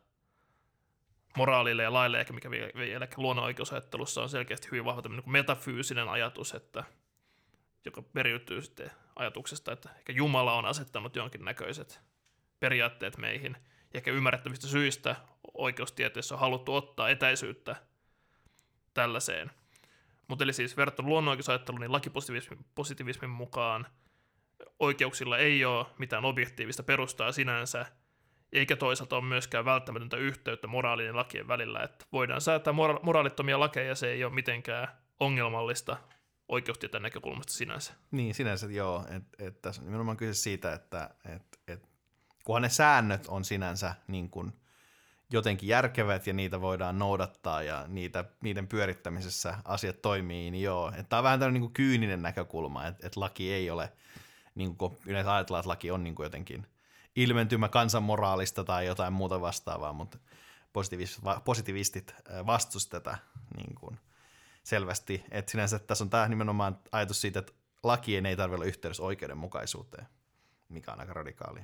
moraalille ja laille, ehkä mikä vielä luonnon oikeusajattelussa on selkeästi hyvin vahva tämmöinen niin metafyysinen ajatus, että, joka periytyy sitten ajatuksesta, että ehkä Jumala on asettanut jonkinnäköiset periaatteet meihin, ja ehkä ymmärrettävistä syistä oikeustieteessä on haluttu ottaa etäisyyttä tällaiseen. Mutta eli siis verrattuna luonnonoikeusajatteluun, niin lakipositivismin mukaan oikeuksilla ei ole mitään objektiivista perustaa sinänsä, eikä toisaalta ole myöskään välttämätöntä yhteyttä moraalin ja lakien välillä. Että voidaan säätää mora- moraalittomia lakeja, se ei ole mitenkään ongelmallista oikeustieteen näkökulmasta sinänsä. Niin, sinänsä joo. Että et tässä on nimenomaan kyse siitä, että et, et, kunhan ne säännöt on sinänsä niin kuin jotenkin järkevät ja niitä voidaan noudattaa ja niitä, niiden pyörittämisessä asiat toimii, niin joo. Tämä on vähän tämmöinen niin kuin kyyninen näkökulma, että et laki ei ole, niin kuin yleensä ajatellaan, että laki on niin kuin jotenkin ilmentymä kansanmoraalista tai jotain muuta vastaavaa, mutta positiivistit, positiivistit vastusti tätä niin kuin selvästi. Että sinänsä tässä on tämä nimenomaan ajatus siitä, että lakien ei tarvitse olla yhteydessä oikeudenmukaisuuteen, mikä on aika radikaalia.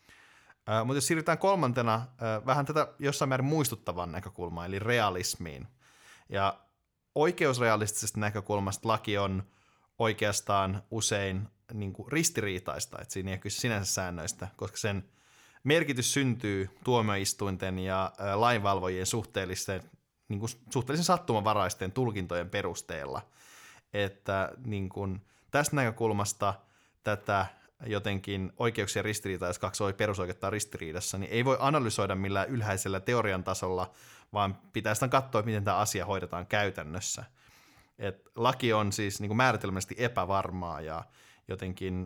Äh, mutta jos siirrytään kolmantena äh, vähän tätä jossain määrin muistuttavan näkökulmaan, eli realismiin. Ja oikeusrealistisesta näkökulmasta laki on oikeastaan usein niin kuin ristiriitaista, että siinä ei ole kyse sinänsä säännöistä, koska sen merkitys syntyy tuomioistuinten ja äh, lainvalvojien suhteellisen, niin kuin suhteellisen sattumanvaraisten tulkintojen perusteella. Että niin kuin, tästä näkökulmasta tätä jotenkin oikeuksien ristiriitaa, jos kaksi perusoikeutta on ristiriidassa, niin ei voi analysoida millään ylhäisellä teorian tasolla, vaan pitää sitä katsoa, miten tämä asia hoidetaan käytännössä. Et laki on siis niin kuin määritelmällisesti epävarmaa ja jotenkin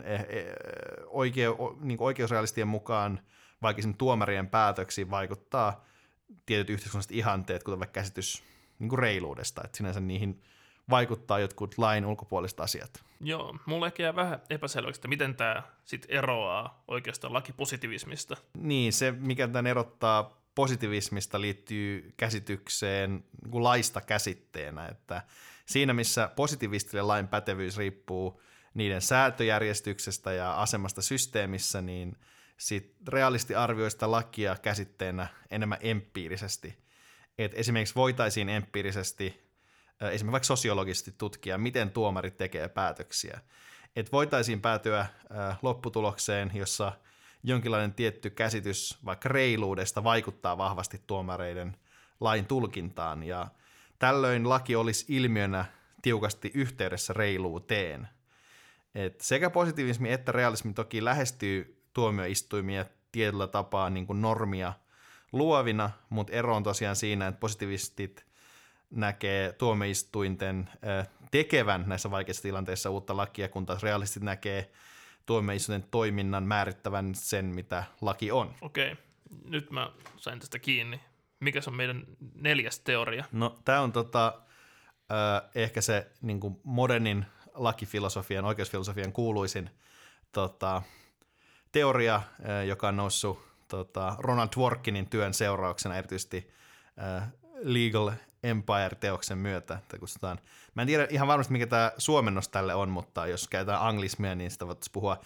oikeu, niin kuin oikeusrealistien mukaan vaikka tuomarien päätöksiin vaikuttaa tietyt yhteiskunnalliset ihanteet, kuten vaikka käsitys niin kuin reiluudesta, että sinänsä niihin vaikuttaa jotkut lain ulkopuoliset asiat. Joo, mulle ehkä jää vähän epäselväksi, että miten tämä sitten eroaa oikeastaan lakipositivismista. Niin, se mikä tämän erottaa positivismista liittyy käsitykseen niin kuin laista käsitteenä, että siinä missä positivistille lain pätevyys riippuu niiden säätöjärjestyksestä ja asemasta systeemissä, niin sit realisti arvioi sitä lakia käsitteenä enemmän empiirisesti. Et esimerkiksi voitaisiin empiirisesti esimerkiksi vaikka sosiologisesti tutkia, miten tuomarit tekee päätöksiä. Että voitaisiin päätyä lopputulokseen, jossa jonkinlainen tietty käsitys vaikka reiluudesta vaikuttaa vahvasti tuomareiden lain tulkintaan, ja tällöin laki olisi ilmiönä tiukasti yhteydessä reiluuteen. Et sekä positiivismi että realismi toki lähestyy tuomioistuimia tietyllä tapaa niin kuin normia luovina, mutta ero on tosiaan siinä, että positivistit näkee tuomioistuinten tekevän näissä vaikeissa tilanteissa uutta lakia, kun taas realistit näkee tuomioistuinten toiminnan määrittävän sen, mitä laki on. Okei, nyt mä sain tästä kiinni. Mikäs on meidän neljäs teoria? No tämä on tota, äh, ehkä se niin kuin modernin lakifilosofian, oikeusfilosofian kuuluisin tota, teoria, äh, joka on noussut tota, Ronald Dworkinin työn seurauksena erityisesti äh, Legal Empire-teoksen myötä. Kutsutaan. Mä en tiedä ihan varmasti, mikä tämä suomennos tälle on, mutta jos käytetään anglismia, niin sitä voitaisiin puhua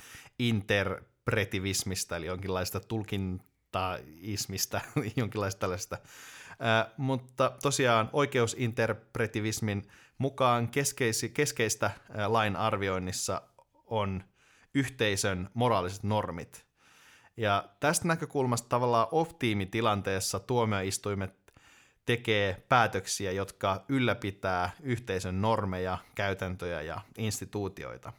interpretivismista, eli jonkinlaista tulkintaismista, jonkinlaista tällaista. Äh, mutta tosiaan oikeusinterpretivismin mukaan keskeisi, keskeistä äh, lain arvioinnissa on yhteisön moraaliset normit. Ja tästä näkökulmasta tavallaan off-tiimitilanteessa tuomioistuimet tekee päätöksiä, jotka ylläpitää yhteisön normeja, käytäntöjä ja instituutioita.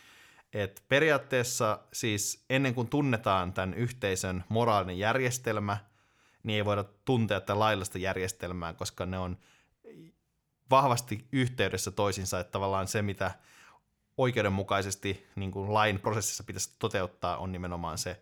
Et periaatteessa siis ennen kuin tunnetaan tämän yhteisön moraalinen järjestelmä, niin ei voida tuntea tätä laillista järjestelmää, koska ne on vahvasti yhteydessä toisinsa, että tavallaan se, mitä oikeudenmukaisesti niin kuin lain prosessissa pitäisi toteuttaa, on nimenomaan se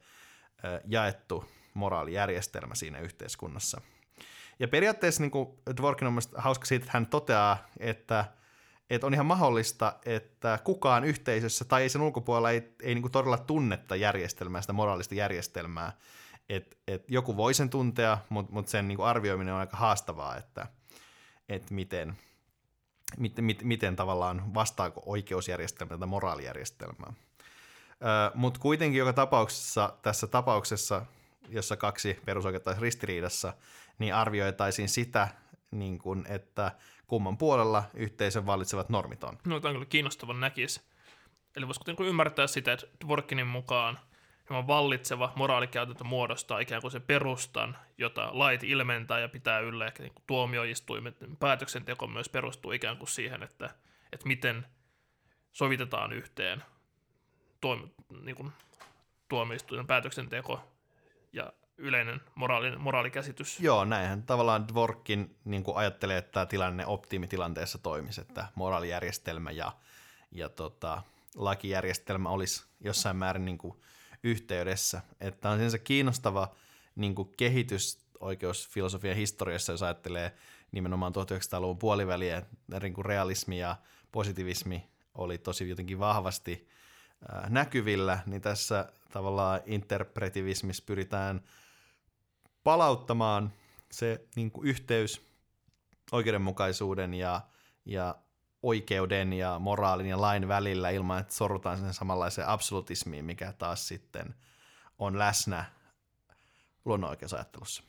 jaettu moraalijärjestelmä siinä yhteiskunnassa. Ja periaatteessa niin kuin Dworkin on mielestäni hauska siitä, että hän toteaa, että, että on ihan mahdollista, että kukaan yhteisössä tai sen ulkopuolella ei, ei niin kuin todella tunnetta järjestelmää, sitä moraalista järjestelmää. Että et joku voi sen tuntea, mutta mut sen niin kuin arvioiminen on aika haastavaa, että et miten, miten, miten, miten tavallaan vastaako oikeusjärjestelmä tätä moraalijärjestelmää. Mutta kuitenkin joka tapauksessa, tässä tapauksessa, jossa kaksi perusoikeutta olisi ristiriidassa, niin arvioitaisiin sitä, niin kun, että kumman puolella yhteisön vallitsevat normit on. No, tämä on kyllä kiinnostavan näkisi. Eli voisiko ymmärtää sitä, että Dworkinin mukaan vallitseva moraalikäytäntö muodostaa ikään kuin se perustan, jota lait ilmentää ja pitää yllä, ehkä niin tuomioistuimet päätöksenteko myös perustuu ikään kuin siihen, että, että miten sovitetaan yhteen tuom, niin kuin tuomioistuimen päätöksenteko ja yleinen moraali, moraalikäsitys. Joo, näinhän tavallaan Dworkin niin kuin ajattelee, että tämä tilanne optiimitilanteessa toimisi, että moraalijärjestelmä ja, ja tota, lakijärjestelmä olisi jossain määrin niin kuin yhteydessä. Että on sinänsä kiinnostava niin kuin kehitys oikeusfilosofian historiassa, jos ajattelee nimenomaan tuhatyhdeksänsataaluvun puoliväliä, niin kuin realismi ja positivismi oli tosi jotenkin vahvasti äh, näkyvillä, niin tässä tavallaan interpretivismissa pyritään palauttamaan se niin kuin yhteys oikeudenmukaisuuden ja, ja oikeuden ja moraalin ja lain välillä ilman, että sorrutaan sen samanlaiseen absolutismiin, mikä taas sitten on läsnä luonnonoikeusajattelussa.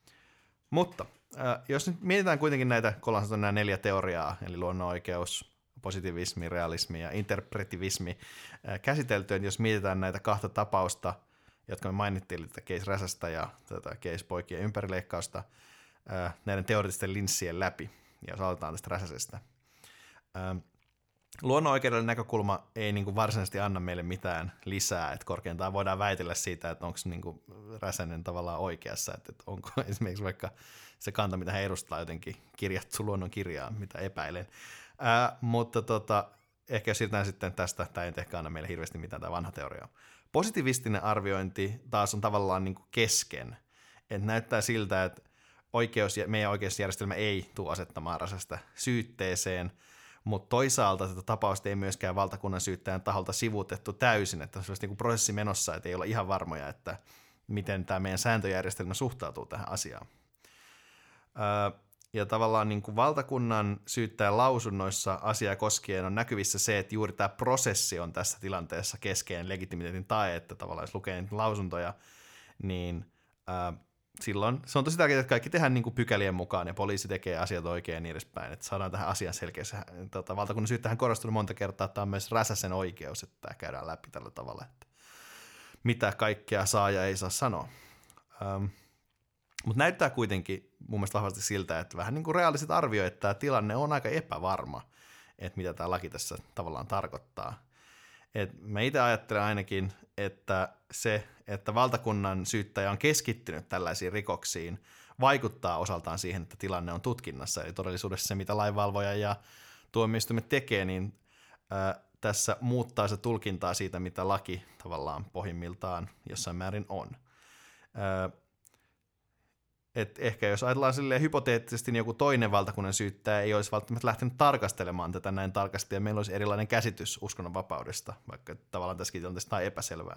Mutta äh, jos nyt mietitään kuitenkin näitä, kun ollaan nämä neljä teoriaa, eli luonnonoikeus, positivismi, realismi ja interpretivismi äh, käsiteltyä, jos mietitään näitä kahta tapausta, jotka me mainittiin, eli tätä case Räsästä ja tätä case poikien ympärileikkausta, äh, näiden teoreettisten linssien läpi, ja jos aloitetaan tästä Räsäsestä. Ähm, luonnonoikeudellinen näkökulma ei niin kuin varsinaisesti anna meille mitään lisää, että korkeintaan voidaan väitellä siitä, että onko niin kuin Räsänen tavallaan oikeassa, että onko esimerkiksi vaikka se kanta, mitä he edustaa jotenkin kirjattu luonnon kirjaan, mitä epäilen. Äh, mutta tota, ehkä jos siirrytään sitten tästä, tämä ei ehkä anna meille hirveästi mitään, tämä vanha teoria. Positivistinen arviointi taas on tavallaan niin kuin kesken, että näyttää siltä, että oikeus, meidän oikeusjärjestelmä ei tule asettamaan Räsästä syytteeseen, mutta toisaalta tätä tapausta ei myöskään valtakunnan syyttäjän taholta sivuutettu täysin, että se olisi niin kuin prosessi menossa, että ei olla ihan varmoja, että miten tämä meidän sääntöjärjestelmä suhtautuu tähän asiaan. Öö, ja tavallaan niin kuin valtakunnan syyttäjän lausunnoissa asiaa koskien on näkyvissä se, että juuri tämä prosessi on tässä tilanteessa keskeinen legitimiteetin tae, että tavallaan jos lukee niitä lausuntoja, niin öö, silloin se on tosi tärkeää, että kaikki tehdään niin kuin pykälien mukaan ja poliisi tekee asiat oikein ja niin edespäin, että saadaan tähän asian selkeässä. Tota, valtakunnan syyttäjähän on korostunut monta kertaa, että tämä on myös Räsäsen oikeus, että tämä käydään läpi tällä tavalla. Että mitä kaikkea saa ja ei saa sanoa. Ähm, Mutta näyttää kuitenkin mun mielestä vahvasti siltä, että vähän niin kuin reaaliset arvioivat, että tämä tilanne on aika epävarma, että mitä tämä laki tässä tavallaan tarkoittaa. Et mä itse ajattelen ainakin, että se, että valtakunnan syyttäjä on keskittynyt tällaisiin rikoksiin, vaikuttaa osaltaan siihen, että tilanne on tutkinnassa. Eli todellisuudessa se, mitä lainvalvoja ja tuomioistuimet tekee, niin ää, tässä muuttaa se tulkintaa siitä, mitä laki tavallaan pohjimmiltaan jossain määrin on. Ää, et ehkä jos ajatellaan silleen hypoteettisesti, niin joku toinen valtakunnan syyttäjä ei olisi välttämättä lähtenyt tarkastelemaan tätä näin tarkasti, ja meillä olisi erilainen käsitys uskonnonvapaudesta, vaikka tavallaan tässäkin tilanteessa tämä on epäselvää.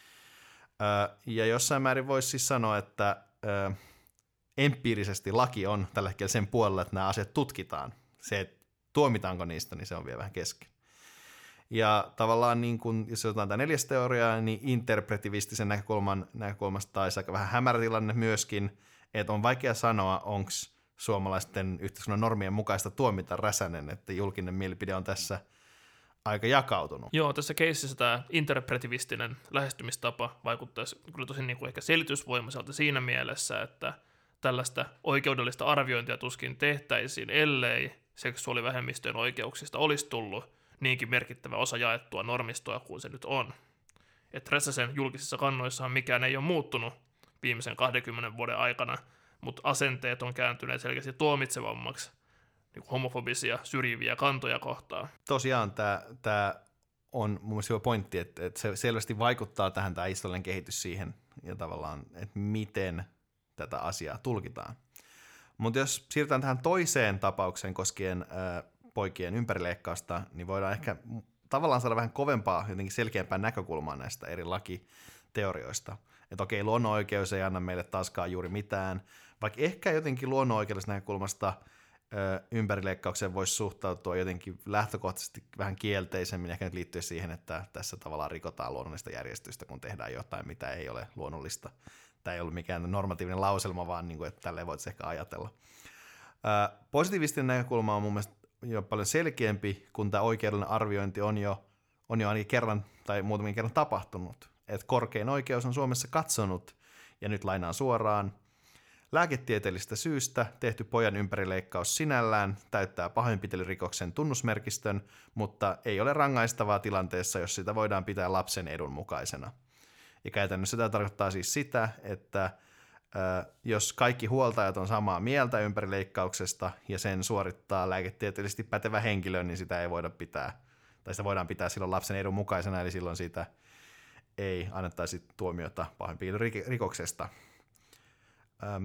Ää, ja jossain määrin voisi siis sanoa, että ää, empiirisesti laki on tällä hetkellä sen puolella, että nämä asiat tutkitaan. Se, että tuomitaanko niistä, niin se on vielä vähän kesken. Ja tavallaan, niin kun, jos otetaan tämä neljäs teoriaa, niin interpretivistisen näkökulman näkökulmasta taisi aika vähän hämärä tilanne myöskin, että on vaikea sanoa, onko suomalaisten yhteiskunnan normien mukaista tuomita Räsänen, että julkinen mielipide on tässä aika jakautunut. Joo, tässä keississä tämä interpretivistinen lähestymistapa vaikuttaisi kyllä tosi niin kuin ehkä selitysvoimaiselta siinä mielessä, että tällaista oikeudellista arviointia tuskin tehtäisiin, ellei seksuaalivähemmistöjen oikeuksista olisi tullut niinkin merkittävä osa jaettua normistoa kuin se nyt on. Että Räsäsen julkisissa kannoissahan mikään ei ole muuttunut viimeisen kahdenkymmenen vuoden aikana, mutta asenteet on kääntyneet selkeästi tuomitsevammaksi niin homofobisia, syrjiviä kantoja kohtaan. Tosiaan tämä, tämä on mun mielestä hyvä pointti, että, että se selvästi vaikuttaa tähän tämä historiallinen kehitys siihen ja tavallaan, että miten tätä asiaa tulkitaan. Mutta jos siirrytään tähän toiseen tapaukseen koskien ää, poikien ympärileikkausta, niin voidaan ehkä tavallaan saada vähän kovempaa, jotenkin selkeämpää näkökulmaa näistä eri lakiteorioista. Että okei, luonnonoikeus ei anna meille taaskaan juuri mitään, vaikka ehkä jotenkin luonnonoikeudellisesta näkökulmasta ö, ympärileikkaukseen voisi suhtautua jotenkin lähtökohtaisesti vähän kielteisemmin, ehkä nyt liittyen siihen, että tässä tavallaan rikotaan luonnollista järjestystä, kun tehdään jotain, mitä ei ole luonnollista. Tämä ei ollut mikään normatiivinen lauselma, vaan niin kuin, että tälleen voitaisiin ehkä ajatella. Ö, positiivisten näkökulma on mun mielestä jo paljon selkeämpi, kun tämä oikeudellinen arviointi on jo, on jo ainakin kerran tai muutamin kerran tapahtunut. Että korkein oikeus on Suomessa katsonut, ja nyt lainaan suoraan, lääketieteellisestä syystä tehty pojan ympärileikkaus sinällään täyttää pahoinpitelyrikoksen tunnusmerkistön, mutta ei ole rangaistavaa tilanteessa, jos sitä voidaan pitää lapsen edun mukaisena. Ja käytännössä tämä tarkoittaa siis sitä, että äh, jos kaikki huoltajat on samaa mieltä ympärileikkauksesta ja sen suorittaa lääketieteellisesti pätevä henkilö, niin sitä ei voida pitää, tai sitä voidaan pitää silloin lapsen edun mukaisena, eli silloin siitä ei annettaisi tuomiota pahoinpitelyrikoksesta. Ähm,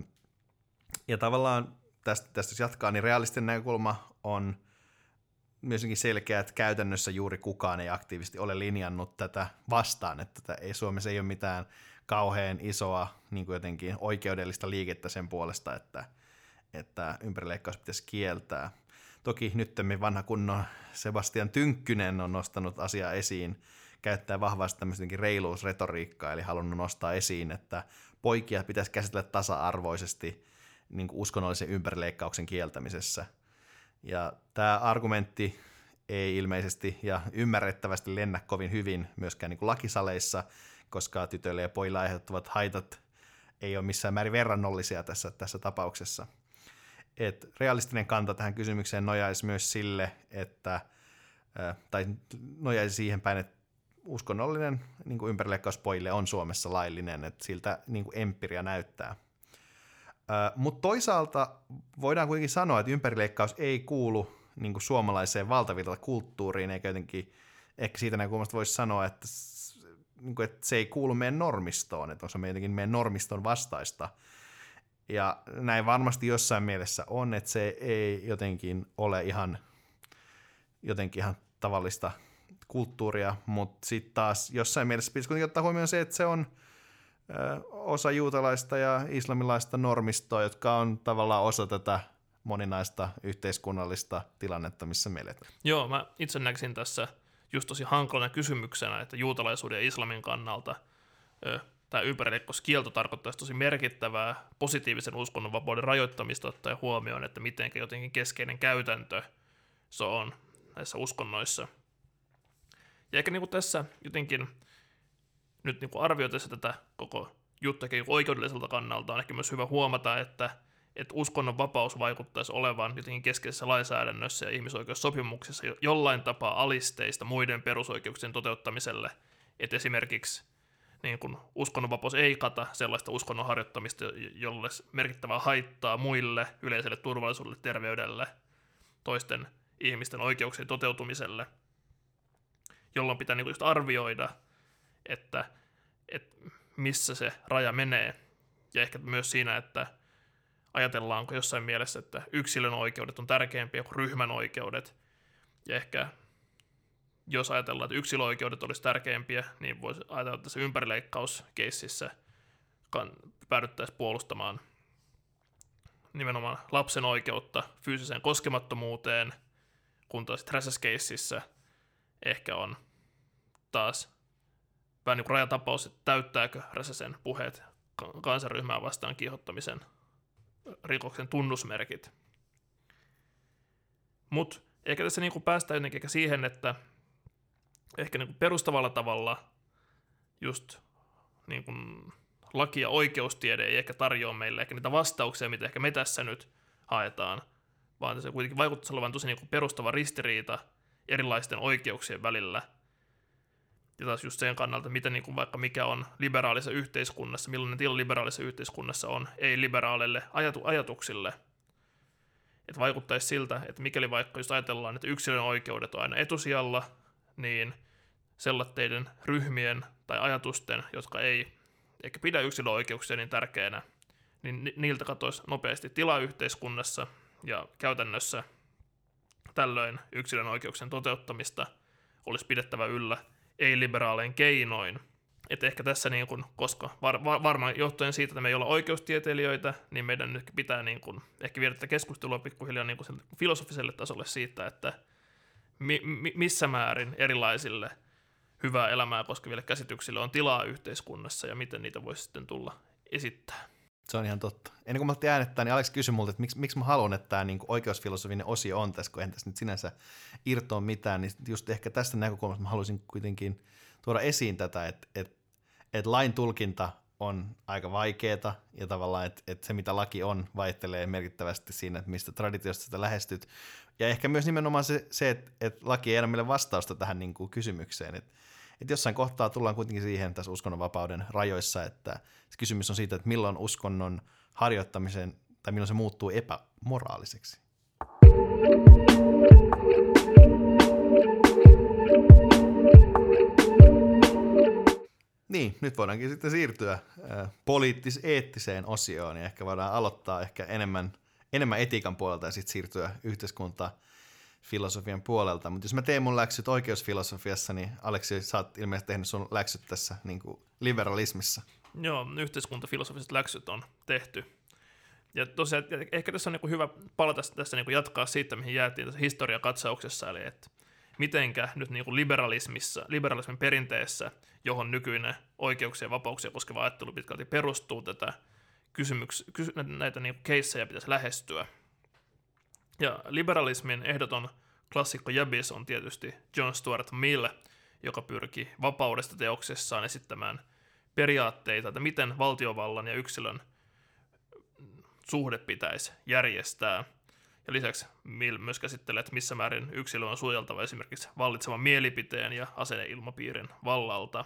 ja tavallaan tästä, tästä jos jatkaa, niin realistinen näkökulma on myöskin selkeä, että käytännössä juuri kukaan ei aktiivisesti ole linjannut tätä vastaan, että tätä ei, Suomessa ei ole mitään kauhean isoa niin kuin jotenkin oikeudellista liikettä sen puolesta, että, että ympärileikkaus pitäisi kieltää. Toki nyttemmin vanha kunnon Sebastian Tynkkynen on nostanut asiaa esiin, käyttää vahvasti tämmöistäkin reiluusretoriikkaa, eli halunnut nostaa esiin, että poikia pitäisi käsitellä tasa-arvoisesti niin kuin uskonnollisen ympärileikkauksen kieltämisessä. Ja tämä argumentti ei ilmeisesti ja ymmärrettävästi lennä kovin hyvin myöskään niin kuin lakisaleissa, koska tytöille ja pojille aiheuttavat haitat ei ole missään määrin verrannollisia tässä, tässä tapauksessa. Et realistinen kanta tähän kysymykseen nojaisi myös sille, että, tai nojaisi siihen päin, että uskonnollinen niin kuin ympärileikkaus pojille on Suomessa laillinen, että siltä niin kuin empiria näyttää. Mutta toisaalta voidaan kuitenkin sanoa, että ympärileikkaus ei kuulu niin kuin suomalaiseen valtavirtakulttuuriin, eikä jotenkin, ehkä siitä näkökulmasta voisi sanoa, että, niin kuin, että se ei kuulu meidän normistoon, että on se jotenkin meidän normiston vastaista. Ja näin varmasti jossain mielessä on, että se ei jotenkin ole ihan, jotenkin ihan tavallista kulttuuria, mutta sitten taas jossain mielessä pitäisi kuitenkin ottaa huomioon se, että se on ö, osa juutalaista ja islamilaista normistoa, jotka on tavallaan osa tätä moninaista yhteiskunnallista tilannetta, missä me eletään. Joo, mä itse näkisin tässä just tosi hankalana kysymyksenä, että juutalaisuuden ja islamin kannalta ö, tämä ympärileikkauskielto tarkoittaisi tosi merkittävää positiivisen uskonnonvapauden rajoittamista ottaen huomioon, että miten jotenkin keskeinen käytäntö se on näissä uskonnoissa. Ja ehkä niin kuin tässä jotenkin nyt niin kuin arvioitaessa tätä koko juttakin oikeudelliselta kannalta on ehkä myös hyvä huomata, että, että uskonnon vapaus vaikuttaisi olevan jotenkin keskeisessä lainsäädännössä ja ihmisoikeussopimuksissa jollain tapaa alisteista muiden perusoikeuksien toteuttamiselle, että esimerkiksi niin kun uskonnonvapaus ei kata sellaista uskonnon harjoittamista, jolle olisi merkittävää haittaa muille, yleiselle turvallisuudelle, terveydelle, toisten ihmisten oikeuksien toteutumiselle, jolloin pitää niin just arvioida, että, että missä se raja menee, ja ehkä myös siinä, että ajatellaanko jossain mielessä, että yksilön oikeudet on tärkeämpiä kuin ryhmän oikeudet, ja ehkä jos ajatellaan, että yksilöoikeudet olisi tärkeämpiä, niin voisi ajatella, että tässä ympärileikkauskeississä päädyttäisiin puolustamaan nimenomaan lapsen oikeutta fyysiseen koskemattomuuteen, kun taas räsäskeississä ehkä on taas vähän niin kuin rajatapaus, että täyttääkö Räsäsen puheet kansanryhmää vastaan kiihottamisen rikoksen tunnusmerkit. Mutta ehkä tässä niin kuin päästään jotenkin siihen, että ehkä niin kuin perustavalla tavalla just niin kuin laki- ja oikeustiede ei ehkä tarjoa meille ehkä niitä vastauksia, mitä ehkä me tässä nyt haetaan, vaan se kuitenkin vaikuttaisi olevan tosi niin kuin perustava ristiriita erilaisten oikeuksien välillä. Ja taas just sen kannalta, mitä niin kuin vaikka mikä on liberaalissa yhteiskunnassa, millainen tila liberaalissa yhteiskunnassa on ei-liberaaleille ajatu- ajatuksille. Että vaikuttaisi siltä, että mikäli vaikka just ajatellaan, että yksilön oikeudet on aina etusijalla, niin sellaisten ryhmien tai ajatusten, jotka ei ehkä pidä yksilön oikeuksia niin tärkeänä, niin niiltä katoisi nopeasti tilaa yhteiskunnassa ja käytännössä tällöin yksilön oikeuksien toteuttamista olisi pidettävä yllä ei-liberaalein keinoin. Että ehkä tässä, niin kun, koska var, var, varmaan johtuen siitä, että me ei olla oikeustieteilijöitä, niin meidän nyt pitää niin kun, ehkä viedä tätä keskustelua pikkuhiljaa niin kun filosofiselle tasolle siitä, että mi, mi, missä määrin erilaisille hyvää elämää koskeville käsityksille on tilaa yhteiskunnassa ja miten niitä voisi sitten tulla esittää. Se on ihan totta. Ennen kuin mä otin äänettää, niin Aleksi kysyi multa, että miksi, miksi mä haluan, että tämä niin oikeusfilosofinen osio on tässä, kun en tässä nyt sinänsä irtoa mitään, niin just ehkä tästä näkökulmasta mä haluaisin kuitenkin tuoda esiin tätä, että, että, että lain tulkinta on aika vaikeeta ja tavallaan, että, että se mitä laki on vaihtelee merkittävästi siinä, että mistä traditiosta sitä lähestyt. Ja ehkä myös nimenomaan se, se että, että laki ei anna meille vastausta tähän niin kuin kysymykseen, että, että jossain kohtaa tullaan kuitenkin siihen tässä uskonnonvapauden rajoissa, että se kysymys on siitä, että milloin uskonnon harjoittamisen tai milloin se muuttuu epämoraaliseksi. Niin, nyt voidaankin sitten siirtyä äh, poliittis-eettiseen osioon ja ehkä voidaan aloittaa ehkä enemmän, enemmän etiikan puolelta ja sitten siirtyä yhteiskuntafilosofian puolelta. Mutta jos mä teen mun läksyt oikeusfilosofiassa, niin Aleksi, sä oot ilmeisesti tehnyt sun läksyt tässä niin kuin liberalismissa. Joo, yhteiskuntafilosofiset läksyt on tehty. Ja tosiaan ehkä tässä on niin kuin hyvä palata tässä niin kuin jatkaa siitä, mihin jäätiin tässä historiakatsauksessa, eli että mitenkä nyt niin kuin liberalismissa, liberalismin perinteessä, johon nykyinen oikeuksia ja vapauksia koskeva ajattelu pitkälti perustuu, tätä kysymyks, kysy, näitä niin kuin keissejä pitäisi lähestyä. Ja liberalismin ehdoton klassikko jäbis on tietysti John Stuart Mill, joka pyrki vapaudesta teoksessaan esittämään periaatteita, että miten valtiovallan ja yksilön suhde pitäisi järjestää. Ja lisäksi Mill myös käsittelee, että missä määrin yksilö on suojeltava esimerkiksi vallitsevan mielipiteen ja asenneilmapiirin vallalta.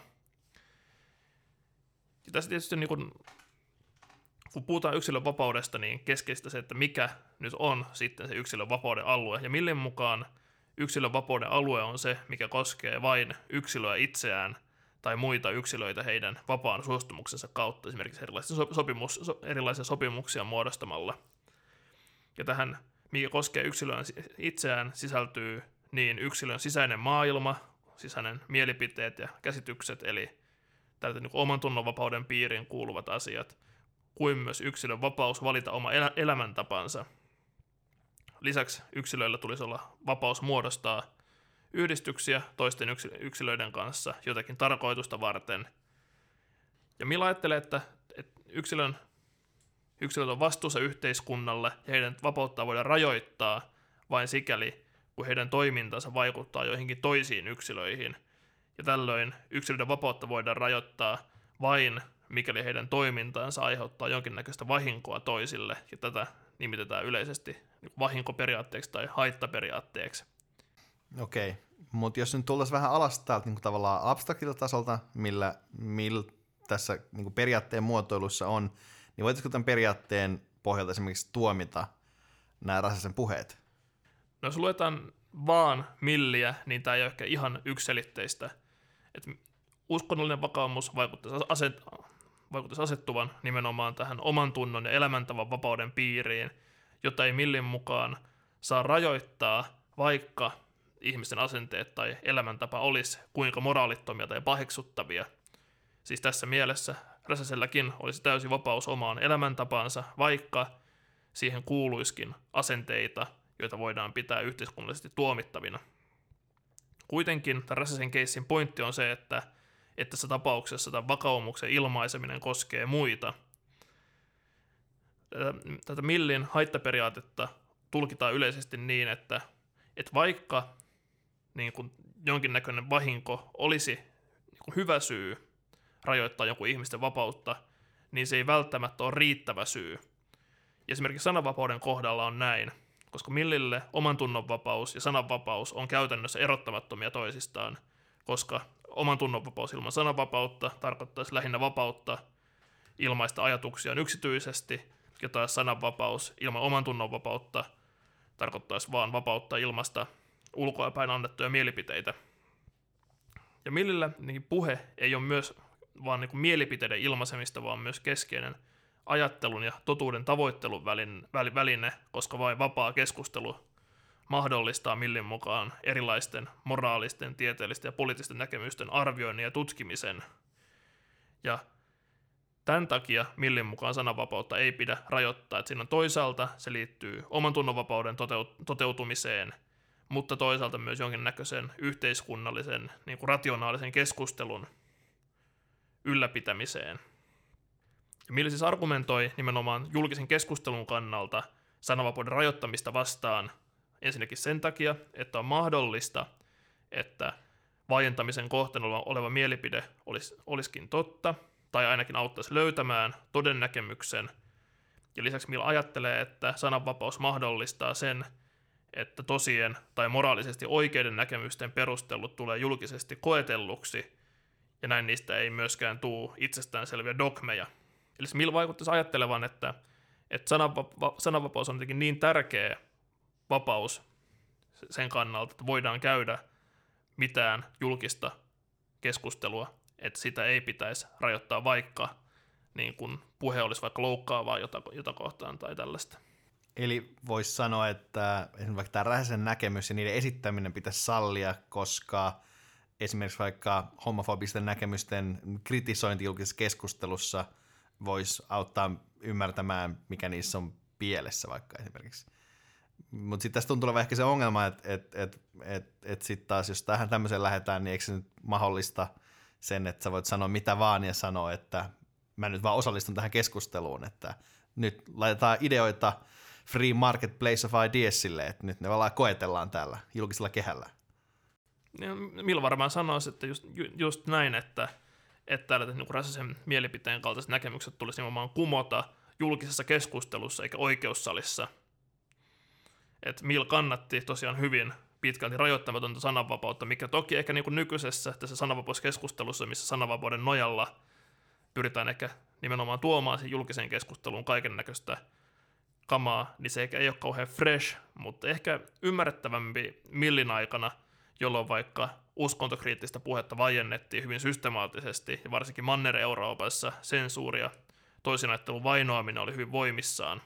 Ja tässä tietysti niin kun, kun puhutaan yksilön vapaudesta, niin keskeistä se, että mikä nyt on sitten se yksilön vapauden alue. Ja Millin mukaan yksilön vapauden alue on se, mikä koskee vain yksilöä itseään tai muita yksilöitä heidän vapaan suostumuksensa kautta, esimerkiksi erilaisia, sopimus, erilaisia sopimuksia muodostamalla. Ja tähän, mikä koskee yksilöä itseään, sisältyy niin yksilön sisäinen maailma, sisäinen mielipiteet ja käsitykset, eli tältä niin oman tunnonvapauden piiriin kuuluvat asiat, kuin myös yksilön vapaus valita oma elä- elämäntapansa. Lisäksi yksilöillä tulisi olla vapaus muodostaa yhdistyksiä toisten yksilöiden kanssa jotakin tarkoitusta varten. Ja Mill ajattelee, että, että yksilön, yksilöt on vastuussa yhteiskunnalle ja heidän vapauttaa voidaan rajoittaa vain sikäli, kun heidän toimintansa vaikuttaa joihinkin toisiin yksilöihin. ja tällöin yksilöiden vapautta voidaan rajoittaa vain, mikäli heidän toimintaansa aiheuttaa jonkinnäköistä vahinkoa toisille, ja tätä nimitetään yleisesti vahinkoperiaatteeksi tai haittaperiaatteeksi. Okei, mutta jos nyt tultaisiin vähän alas täältä niin kuin tavallaan abstraktilta tasolta, millä, millä tässä niin kuin periaatteen muotoilussa on, niin voitaisiko tämän periaatteen pohjalta esimerkiksi tuomita nämä rasistisen puheet? No jos luetaan vaan milliä, niin tämä ei ole ehkä ihan yksiselitteistä. Et uskonnollinen vakaumus vaikuttaisi, aset, vaikuttaisi asettuvan nimenomaan tähän oman tunnon ja elämäntavan vapauden piiriin, jota ei millin mukaan saa rajoittaa, vaikka ihmisten asenteet tai elämäntapa olisi kuinka moraalittomia tai paheksuttavia. Siis tässä mielessä Räsäselläkin olisi täysi vapaus omaan elämäntapaansa, vaikka siihen kuuluiskin asenteita, joita voidaan pitää yhteiskunnallisesti tuomittavina. Kuitenkin tämän Räsäsen keissin pointti on se, että, että tässä tapauksessa tämän vakaumuksen ilmaiseminen koskee muita. Tätä Millin haittaperiaatetta tulkitaan yleisesti niin, että, että vaikka niin kuin jonkinnäköinen vahinko olisi niin kuin hyvä syy rajoittaa jonkun ihmisten vapautta, niin se ei välttämättä ole riittävä syy. Ja esimerkiksi sananvapauden kohdalla on näin, koska Millille oman tunnonvapaus ja sananvapaus on käytännössä erottamattomia toisistaan, koska oman tunnonvapaus ilman sananvapautta tarkoittaisi lähinnä vapautta ilmaista ajatuksiaan yksityisesti, ja taas sananvapaus ilman oman tunnonvapautta tarkoittaisi vaan vapautta ilmaista ulkoapäin annettuja mielipiteitä. Ja Millillä niin puhe ei ole myös vaan niin kuin mielipiteiden ilmaisemista, vaan myös keskeinen ajattelun ja totuuden tavoittelun väline, koska vain vapaa keskustelu mahdollistaa Millin mukaan erilaisten moraalisten, tieteellisten ja poliittisten näkemysten arvioinnin ja tutkimisen. Ja tämän takia Millin mukaan sananvapautta ei pidä rajoittaa, että siinä on toisaalta se liittyy oman tunnonvapauden toteutumiseen, mutta toisaalta myös jonkinnäköisen yhteiskunnallisen, niin kuin rationaalisen keskustelun ylläpitämiseen. Ja Mill siis argumentoi nimenomaan julkisen keskustelun kannalta sananvapauden rajoittamista vastaan ensinnäkin sen takia, että on mahdollista, että vaientamisen kohteena oleva mielipide olisi, olisikin totta, tai ainakin auttaisi löytämään todennäkemyksen. Ja lisäksi Mill ajattelee, että sananvapaus mahdollistaa sen, että tosien tai moraalisesti oikeiden näkemysten perustelut tulee julkisesti koetelluksi, ja näin niistä ei myöskään tule itsestäänselviä dogmeja. Eli Mill vaikuttaisi ajattelevan, että, että sananva- sananvapaus on jotenkin niin tärkeä vapaus sen kannalta, että voidaan käydä mitään julkista keskustelua, että sitä ei pitäisi rajoittaa, vaikka niin kun puhe olisi vaikka loukkaavaa jota, jota kohtaan tai tällaista. Eli voisi sanoa, että vaikka tämä Räsäsen näkemys ja niiden esittäminen pitäisi sallia, koska esimerkiksi vaikka homofobisten näkemysten kritisointi julkisessa keskustelussa voisi auttaa ymmärtämään, mikä niissä on pielessä vaikka esimerkiksi. Mutta sitten tässä tuntuu olevan ehkä se ongelma, että et, et, et, et sitten taas jos tähän tämmöiseen lähdetään, niin eikö se nyt mahdollista sen, että sä voit sanoa mitä vaan ja sanoa, että mä nyt vaan osallistun tähän keskusteluun, että nyt laitetaan ideoita free marketplace of ideasille, että nyt ne vallaan koetellaan täällä julkisella kehällä. Mill varmaan sanoisi, että just, just näin, että, että tällaiset niin Räsäsen mielipiteen kaltaiset näkemykset tulisi nimenomaan kumota julkisessa keskustelussa eikä oikeussalissa. Et Mill kannatti tosiaan hyvin pitkälti rajoittamatonta sananvapautta, mikä toki ehkä niin kuin nykyisessä tässä sananvapauskeskustelussa, missä sananvapauden nojalla pyritään ehkä nimenomaan tuomaan sen julkiseen keskusteluun kaiken näköistä kamaa, niin se ei ole kauhean fresh, mutta ehkä ymmärrettävämpi Millin aikana, jolloin vaikka uskontokriittistä puhetta vaiennettiin hyvin systemaattisesti, ja varsinkin Manner-Euroopassa sensuuri ja toisinajattelun vainoaminen oli hyvin voimissaan.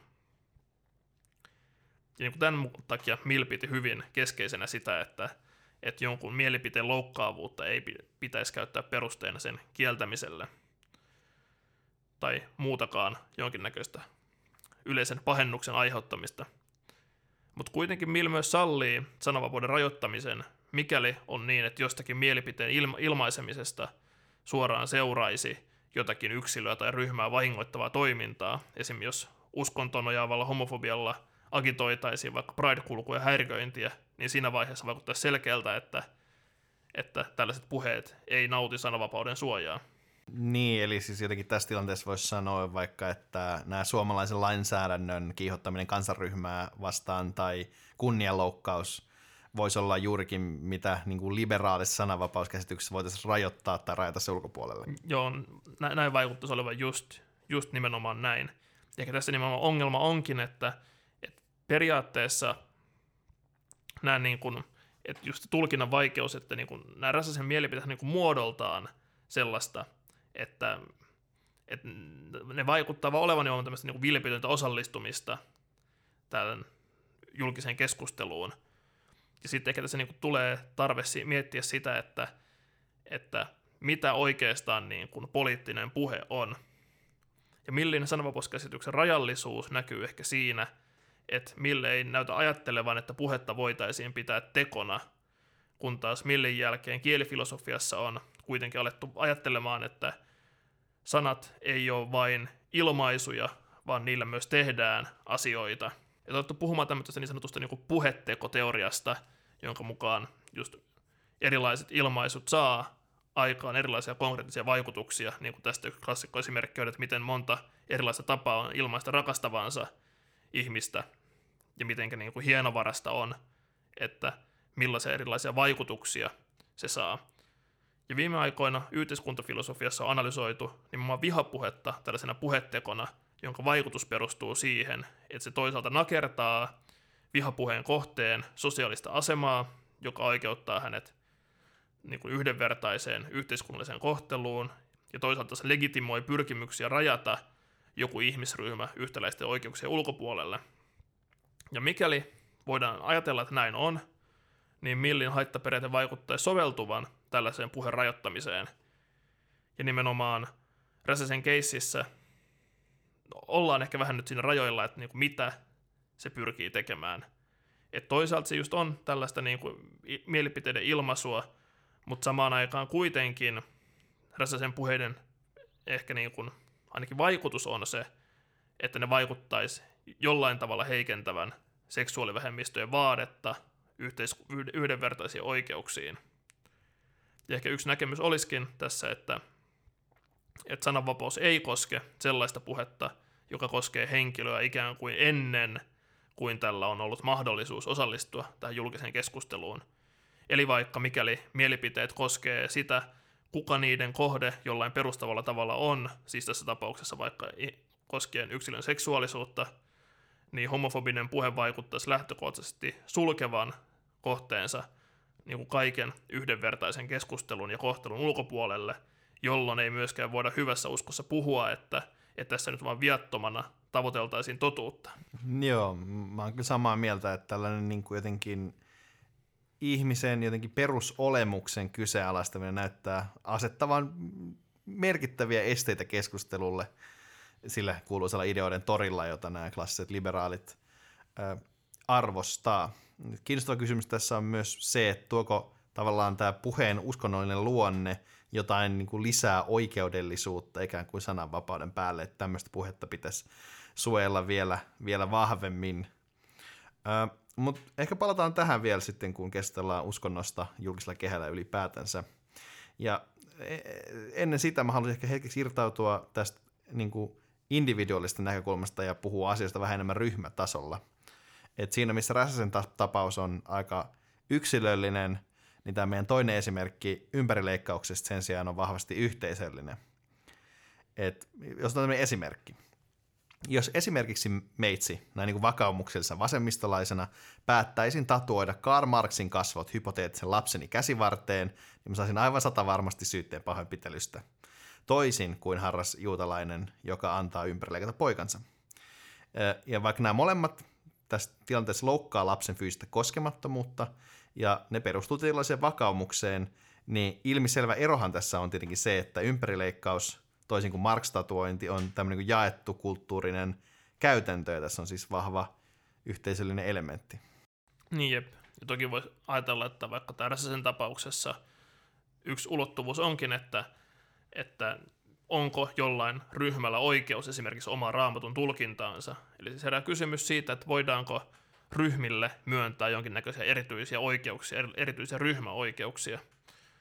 Ja niin tämän takia Mill piti hyvin keskeisenä sitä, että, että jonkun mielipiteen loukkaavuutta ei pitäisi käyttää perusteena sen kieltämiselle tai muutakaan jonkinnäköistä yleisen pahennuksen aiheuttamista. Mutta kuitenkin Mill myös sallii sananvapauden rajoittamisen, mikäli on niin, että jostakin mielipiteen ilma- ilmaisemisesta suoraan seuraisi jotakin yksilöä tai ryhmää vahingoittavaa toimintaa. Esimerkiksi jos uskontoon nojaavalla homofobialla agitoitaisiin vaikka pride-kulkuja ja häiriköintiä, niin siinä vaiheessa vaikuttaa selkeältä, että, että tällaiset puheet ei nauti sananvapauden suojaa. Niin, eli siis jotenkin tässä tilanteessa voisi sanoa vaikka, että nämä suomalaisen lainsäädännön kiihottaminen kansanryhmää vastaan tai kunnianloukkaus voisi olla juurikin, mitä niin kuin liberaalissa sananvapauskäsityksessä voitaisiin rajoittaa tai rajata se ulkopuolelle. Joo, nä- näin vaikuttaisi olevan just, just nimenomaan näin. Ja tässä nimenomaan ongelma onkin, että, että periaatteessa nämä niin kuin, että just tulkinnan vaikeus, että niin kuin, nämä Räsäsen mielipiteet niin kuin muodoltaan sellaista, että, että ne vaikuttaa vaan olevan jo tämmöistä niin kuin vilpitöntä osallistumista tähän julkiseen keskusteluun. Ja sitten ehkä tässä niin kuin tulee tarve miettiä sitä, että, että mitä oikeastaan niin kuin poliittinen puhe on. Ja millinen sananvapauskäsityksen rajallisuus näkyy ehkä siinä, että Mille ei näytä ajattelevan, että puhetta voitaisiin pitää tekona, kun taas Millen jälkeen kielifilosofiassa on kuitenkin alettu ajattelemaan, että sanat ei ole vain ilmaisuja, vaan niillä myös tehdään asioita. Ja on otettu puhumaan tämmöistä niin sanotusta niin kuin puhetekoteoriasta, jonka mukaan just erilaiset ilmaisut saa aikaan erilaisia konkreettisia vaikutuksia, niin kuin tästä yksi klassikko esimerkki on, että miten monta erilaista tapaa on ilmaista rakastavansa ihmistä, ja miten niin kuin hienovarasta on, että millaisia erilaisia vaikutuksia se saa. Ja viime aikoina yhteiskuntafilosofiassa on analysoitu nimenomaan vihapuhetta tällaisena puhetekona, jonka vaikutus perustuu siihen, että se toisaalta nakertaa vihapuheen kohteen sosiaalista asemaa, joka oikeuttaa hänet niin kuin yhdenvertaiseen yhteiskunnalliseen kohteluun, ja toisaalta se legitimoi pyrkimyksiä rajata joku ihmisryhmä yhtäläisten oikeuksien ulkopuolelle. Ja mikäli voidaan ajatella, että näin on, niin Millin haittaperiaate vaikuttaisi soveltuvan tällaiseen puheen rajoittamiseen. Ja nimenomaan Räsäsen keississä ollaan ehkä vähän nyt siinä rajoilla, että niinku mitä se pyrkii tekemään. Et toisaalta se just on tällaista niinku mielipiteiden ilmaisua, mutta samaan aikaan kuitenkin Räsäsen puheiden ehkä niinku, ainakin vaikutus on se, että ne vaikuttaisi jollain tavalla heikentävän seksuaalivähemmistöjen vaadetta yhteis- yhdenvertaisiin oikeuksiin. Ja ehkä yksi näkemys olisikin tässä, että, että sananvapaus ei koske sellaista puhetta, joka koskee henkilöä ikään kuin ennen kuin tällä on ollut mahdollisuus osallistua tähän julkiseen keskusteluun. Eli vaikka mikäli mielipiteet koskee sitä, kuka niiden kohde jollain perustavalla tavalla on, siis tässä tapauksessa vaikka koskien yksilön seksuaalisuutta, niin homofobinen puhe vaikuttaisi lähtökohtaisesti sulkevan kohteensa niin kuin kaiken yhdenvertaisen keskustelun ja kohtelun ulkopuolelle, jolloin ei myöskään voida hyvässä uskossa puhua, että, että tässä nyt vaan viattomana tavoiteltaisiin totuutta. Joo, mä oon kyllä samaa mieltä, että tällainen niin kuin jotenkin ihmisen jotenkin perusolemuksen kyseenalaistaminen näyttää asettavan merkittäviä esteitä keskustelulle sillä kuuluisella ideoiden torilla, jota nämä klassiset liberaalit ö, arvostaa. Kiinnostava kysymys tässä on myös se, että tuoko tavallaan tämä puheen uskonnollinen luonne jotain niin kuin lisää oikeudellisuutta ikään kuin sananvapauden päälle, että tämmöistä puhetta pitäisi suojella vielä, vielä vahvemmin. Ö, Mutta ehkä palataan tähän vielä sitten, kun keskustellaan uskonnosta julkisella kehällä ylipäätänsä. Ja ennen sitä mä haluaisin ehkä hetkeksi irtautua tästä niin kuin individuaalista näkökulmasta ja puhua asiasta vähän enemmän ryhmätasolla. Et siinä, missä Räsäsen tapaus on aika yksilöllinen, niin tämä meidän toinen esimerkki ympärileikkauksesta sen sijaan on vahvasti yhteisöllinen. Et jos on esimerkki. Jos esimerkiksi meitsi, näin niin kuin vakaumuksellisena vasemmistolaisena, päättäisin tatuoida Karl Marxin kasvot hypoteettisen lapseni käsivarteen, niin mä saisin aivan sata varmasti syytteen pahoinpitelystä. Toisin kuin harras juutalainen, joka antaa ympärileikata poikansa. Ja vaikka nämä molemmat tässä tilanteessa loukkaa lapsen fyysistä koskemattomuutta, ja ne perustuu tietynlaiseen vakaumukseen, niin ilmiselvä erohan tässä on tietenkin se, että ympärileikkaus, toisin kuin Marx-tatuointi, on tämmöinen kuin jaettu kulttuurinen käytäntö, ja tässä on siis vahva yhteisöllinen elementti. Niin jep. Ja toki voisi ajatella, että vaikka tämä Räsäsen tapauksessa yksi ulottuvuus onkin, että, että onko jollain ryhmällä oikeus esimerkiksi omaan Raamatun tulkintaansa. Eli siis herää kysymys siitä, että voidaanko ryhmille myöntää jonkinnäköisiä erityisiä oikeuksia, erityisiä ryhmäoikeuksia.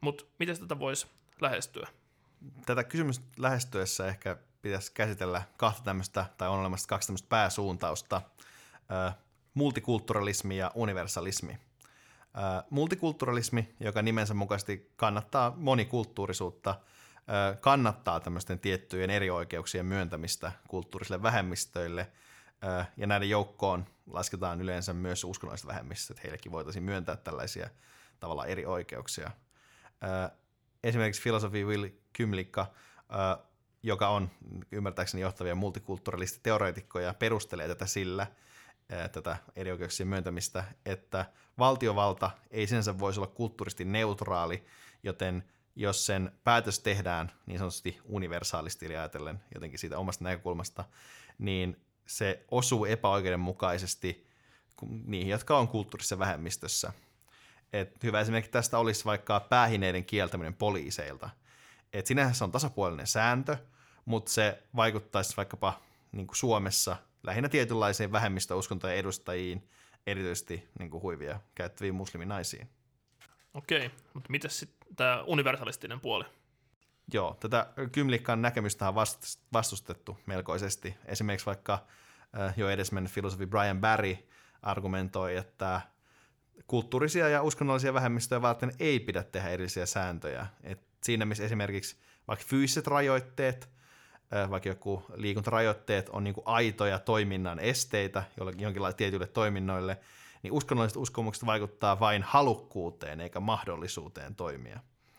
Mutta miten tätä voisi lähestyä? Tätä kysymystä lähestyessä ehkä pitäisi käsitellä kahta tämmöistä, tai on olemassa kaksi tämmöistä pääsuuntausta, äh, multikulturalismi ja universalismi. Äh, multikulturalismi, joka nimensä mukaisesti kannattaa monikulttuurisuutta, äh, kannattaa tämmöisten tiettyjen erioikeuksien myöntämistä kulttuurisille vähemmistöille, äh, ja näiden joukkoon lasketaan yleensä myös uskonnolliset vähemmistöt, heillekin voitaisiin myöntää tällaisia tavallaan eri oikeuksia. Äh, esimerkiksi filosofi Will Kymlikka, äh, joka on ymmärtääkseni johtavia multikulturalistiteoreetikkoja, perustelee tätä sillä, tätä erioikeuksien myöntämistä, että valtiovalta ei sinänsä voisi olla kulttuurisesti neutraali, joten jos sen päätös tehdään niin sanotusti universaalisti, eli ajatellen jotenkin siitä omasta näkökulmasta, niin se osuu epäoikeudenmukaisesti niihin, jotka on kulttuurisessa vähemmistössä. Et hyvä esimerkki tästä olisi vaikka päähineiden kieltäminen poliiseilta. Et sinänsä se on tasapuolinen sääntö, mutta se vaikuttaisi vaikkapa niin kuin Suomessa lähinnä tietynlaisiin vähemmistöuskontojen edustajiin, erityisesti niin kuin huivia käyttäviin musliminaisiin. Okei, mutta miten sitten tämä universalistinen puoli? Joo, tätä Kymlikkan näkemystä on vastustettu melkoisesti. Esimerkiksi vaikka jo edesmennyt filosofi Brian Barry argumentoi, että kulttuurisia ja uskonnollisia vähemmistöjä varten ei pidä tehdä erillisiä sääntöjä. Et siinä missä esimerkiksi vaikka fyysiset rajoitteet, vaikka joku liikuntarajoitteet on niin kuin aitoja toiminnan esteitä jonkinlaisille tietyille toiminnoille, niin uskonnolliset uskomukset vaikuttaa vain halukkuuteen eikä mahdollisuuteen toimia.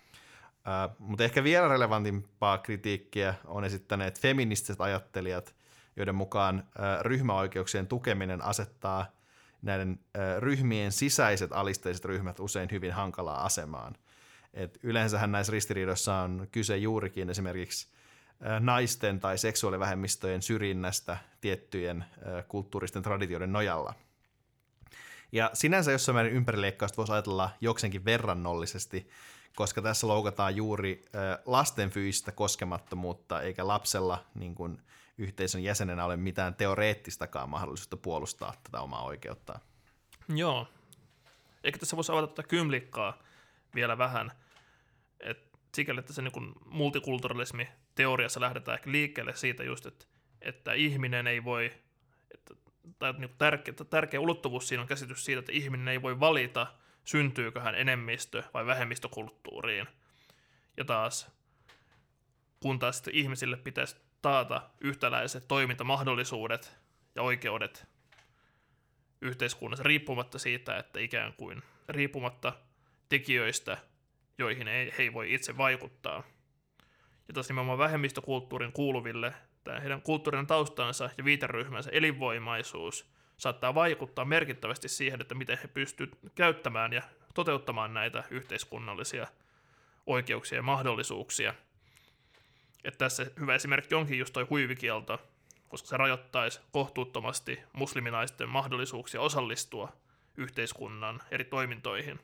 Uh, mutta ehkä vielä relevantimpaa kritiikkiä on esittäneet feministiset ajattelijat, joiden mukaan uh, ryhmäoikeuksien tukeminen asettaa näiden uh, ryhmien sisäiset alisteiset ryhmät usein hyvin hankalaa asemaan. Et yleensähän näissä ristiriidoissa on kyse juurikin esimerkiksi uh, naisten tai seksuaalivähemmistöjen syrjinnästä tiettyjen uh, kulttuuristen traditioiden nojalla. Ja sinänsä jossain määrin ympärileikkausta voisi ajatella jokseenkin verrannollisesti, koska tässä loukataan juuri lasten fyysistä koskemattomuutta, eikä lapsella niin kuin yhteisön jäsenenä ole mitään teoreettistakaan mahdollisuutta puolustaa tätä omaa oikeuttaan. Joo. Eikä tässä voisi avata tätä Kymlikkaa vielä vähän. Et sikäli, että se niin kuin multikulturalismi teoriassa lähdetään ehkä liikkeelle siitä just, että, että ihminen ei voi, että, tai niin kuin tärkeä, tärkeä ulottuvuus siinä on käsitys siitä, että ihminen ei voi valita, syntyykö hän enemmistö- vai vähemmistökulttuuriin. Ja taas, kun taas sitten ihmisille pitäisi taata yhtäläiset toimintamahdollisuudet ja oikeudet yhteiskunnassa riippumatta siitä, että ikään kuin riippumatta tekijöistä, joihin ei, he ei voi itse vaikuttaa. Ja taas nimenomaan vähemmistökulttuurin kuuluville tämä heidän kulttuurinen taustansa ja viiteryhmänsä elinvoimaisuus saattaa vaikuttaa merkittävästi siihen, että miten he pystyvät käyttämään ja toteuttamaan näitä yhteiskunnallisia oikeuksia ja mahdollisuuksia. Että tässä hyvä esimerkki onkin just toi huivikielto, koska se rajoittaisi kohtuuttomasti musliminaisten mahdollisuuksia osallistua yhteiskunnan eri toimintoihin.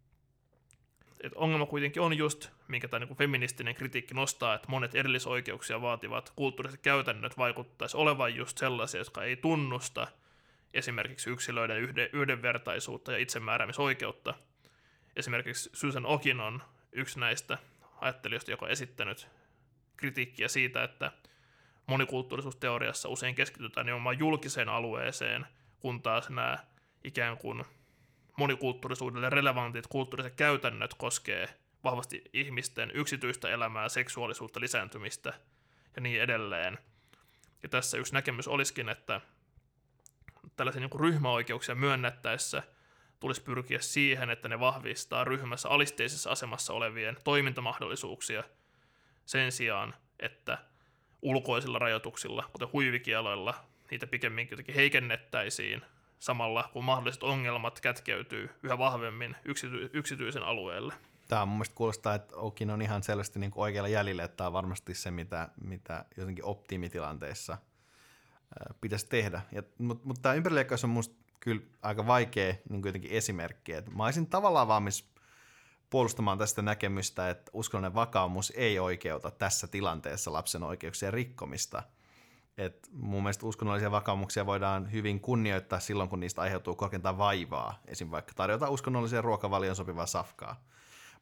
Et ongelma kuitenkin on just, minkä tämä niinku feministinen kritiikki nostaa, että monet erillisoikeuksia vaativat kulttuuriset käytännöt vaikuttaisi olevan just sellaisia, jotka ei tunnusta esimerkiksi yksilöiden yhden, yhdenvertaisuutta ja itsemääräämisoikeutta. Esimerkiksi Susan Okin on yksi näistä ajattelijoista, joka on esittänyt kritiikkiä siitä, että monikulttuurisuusteoriassa usein keskitytään nimenomaan julkiseen alueeseen, kun taas nämä ikään kuin monikulttuurisuudelle relevantit kulttuuriset käytännöt koskee vahvasti ihmisten yksityistä elämää, seksuaalisuutta, lisääntymistä ja niin edelleen. Ja tässä yksi näkemys olisikin, että tällaisia niin kuin ryhmäoikeuksia myönnettäessä tulisi pyrkiä siihen, että ne vahvistaa ryhmässä alisteisessa asemassa olevien toimintamahdollisuuksia sen sijaan, että ulkoisilla rajoituksilla, kuten huivikieloilla, niitä pikemminkin jotenkin heikennettäisiin samalla, kun mahdolliset ongelmat kätkeytyy yhä vahvemmin yksity- yksityisen alueelle. Tämä on mun mielestä kuulostaa, että Okin on ihan selvästi niin kuin oikealla jäljellä, että tämä on varmasti se, mitä, mitä jotenkin optimitilanteessa pitäisi tehdä. Mutta mut tämä ympärileikkaus on musta kyllä aika vaikea niin kuin jotenkin esimerkki. Et mä olisin tavallaan valmis puolustamaan tästä näkemystä, että uskonnollinen vakaumus ei oikeuta tässä tilanteessa lapsen oikeuksien rikkomista. Et mun mielestä uskonnollisia vakaumuksia voidaan hyvin kunnioittaa silloin, kun niistä aiheutuu korkeintaan vaivaa. Esim. vaikka tarjota uskonnolliseen ruokavalion sopivaa safkaa.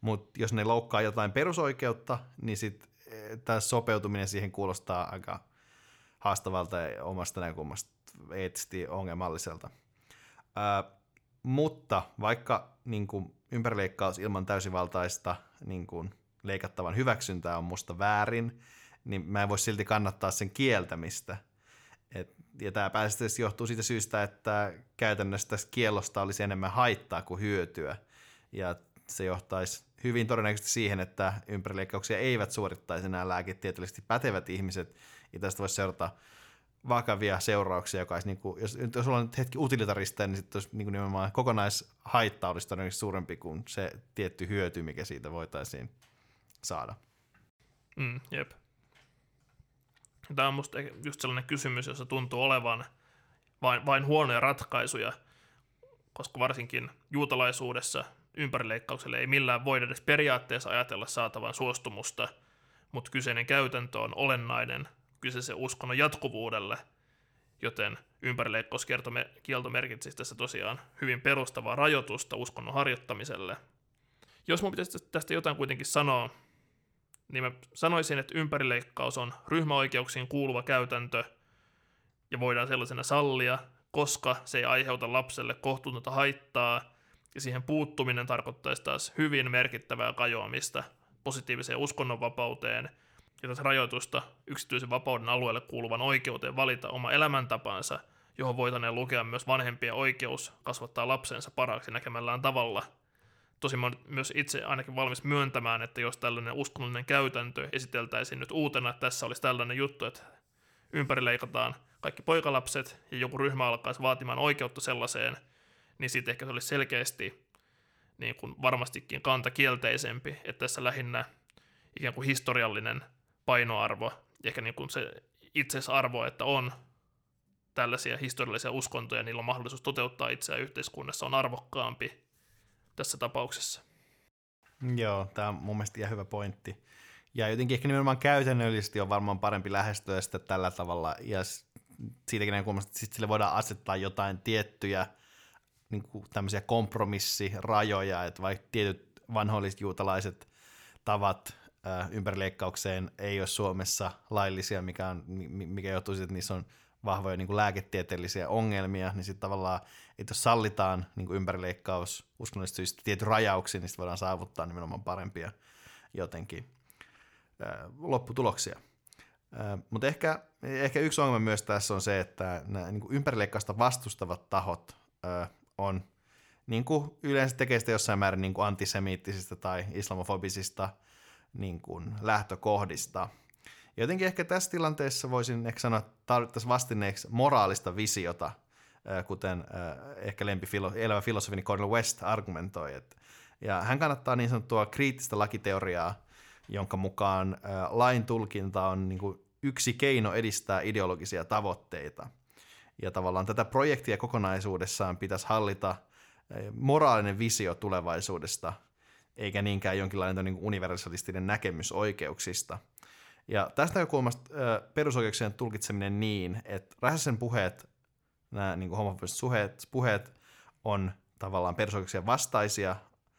mutta jos ne loukkaa jotain perusoikeutta, niin sitten tämä sopeutuminen siihen kuulostaa aika haastavalta ja omasta näkökulmasta eettisesti ongelmalliselta. Ää, mutta vaikka niin kuin ympärileikkaus ilman täysivaltaista niin kuin leikattavan hyväksyntää on musta väärin, niin mä en voi silti kannattaa sen kieltämistä. Et, ja tämä pääsääntöisesti johtuu siitä syystä, että käytännössä tästä kiellosta olisi enemmän haittaa kuin hyötyä. Ja se johtaisi hyvin todennäköisesti siihen, että ympärileikkauksia eivät suorittaisi nämä lääketieteellisesti pätevät ihmiset, ja tästä voisi seurata vakavia seurauksia, joka olisi, niin kuin, jos, jos ollaan nyt hetki utilitarista, niin sitten olisi niin kuin nimenomaan kokonaishaitta olisi todennäköisesti suurempi kuin se tietty hyöty, mikä siitä voitaisiin saada. Mm, jep. Tämä on musta just sellainen kysymys, jossa tuntuu olevan vain, vain huonoja ratkaisuja, koska varsinkin juutalaisuudessa ympärileikkaukselle ei millään voida edes periaatteessa ajatella saatavan suostumusta, mutta kyseinen käytäntö on olennainen kyseisen uskonnon jatkuvuudelle, joten ympärileikkauskielto merkitsisi tässä tosiaan hyvin perustavaa rajoitusta uskonnon harjoittamiselle. Jos mun pitäisi tästä jotain kuitenkin sanoa, niin mä sanoisin, että ympärileikkaus on ryhmäoikeuksiin kuuluva käytäntö ja voidaan sellaisena sallia, koska se ei aiheuta lapselle kohtuutonta haittaa, ja siihen puuttuminen tarkoittaisi taas hyvin merkittävää kajoamista positiiviseen uskonnonvapauteen ja taas rajoitusta yksityisen vapauden alueelle kuuluvan oikeuteen valita oma elämäntapansa, johon voitaneen lukea myös vanhempien oikeus kasvattaa lapsensa parhaaksi näkemällään tavalla. Tosin mä olen myös itse ainakin valmis myöntämään, että jos tällainen uskonnollinen käytäntö esiteltäisiin nyt uutena, että tässä olisi tällainen juttu, että ympärileikataan kaikki poikalapset ja joku ryhmä alkaisi vaatimaan oikeutta sellaiseen, niin sitten ehkä se olisi selkeästi niin kuin varmastikin kanta kielteisempi, että tässä lähinnä ikään kuin historiallinen painoarvo, ehkä niin kuin se itsesarvo, että on tällaisia historiallisia uskontoja, niillä on mahdollisuus toteuttaa itseään yhteiskunnassa, on arvokkaampi tässä tapauksessa. Joo, tämä on mun mielestä ihan hyvä pointti. Ja jotenkin ehkä nimenomaan käytännöllisesti on varmaan parempi lähestyä sitä tällä tavalla, ja siitäkin näkökulmasta, että sitten sille voidaan asettaa jotain tiettyjä niin kuin tämmöisiä kompromissirajoja, että vaikka tietyt vanhoilliset juutalaiset tavat ää, ympärileikkaukseen ei ole Suomessa laillisia, mikä, on, mikä johtuu siitä, että niissä on vahvoja niin kuin lääketieteellisiä ongelmia, niin sitten tavallaan, että jos sallitaan niin kuin ympärileikkaus uskonnollisista syistä tietyn rajauksia, niin sitten voidaan saavuttaa nimenomaan parempia jotenkin ää, lopputuloksia. Ää, mutta ehkä, ehkä yksi ongelma myös tässä on se, että nämä niin kuin ympärileikkausta vastustavat tahot ää, on, niin kuin yleensä tekee sitä jossain määrin niin kuin antisemiittisistä tai islamofobisista niin kuin lähtökohdista. Jotenkin ehkä tässä tilanteessa voisin ehkä sanoa, että tarvittaisiin vastineeksi moraalista visiota, kuten ehkä lempifilo- elävä filosofini Cornel West argumentoi. Ja hän kannattaa niin sanottua kriittistä lakiteoriaa, jonka mukaan lain tulkinta on niin kuin yksi keino edistää ideologisia tavoitteita. Ja tavallaan tätä projektia kokonaisuudessaan pitäisi hallita moraalinen visio tulevaisuudesta, eikä niinkään jonkinlainen niin kuin universalistinen näkemys oikeuksista. Ja tästä näkökulmasta perusoikeuksien tulkitseminen niin, että Räsäsen puheet, nämä niin kuin homofobiset puheet, puheet on tavallaan perusoikeuksien vastaisia,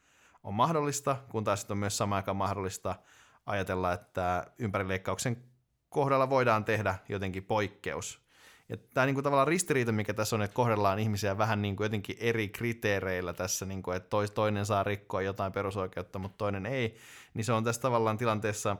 on mahdollista, kun taas on myös samaan aikaan mahdollista ajatella, että ympärileikkauksen kohdalla voidaan tehdä jotenkin poikkeus. Ja tämä niin kuin tavallaan ristiriita, mikä tässä on, että kohdellaan ihmisiä vähän niin kuin jotenkin eri kriteereillä tässä, niin kuin, että toinen saa rikkoa jotain perusoikeutta, mutta toinen ei, niin se on tässä tavallaan tilanteessa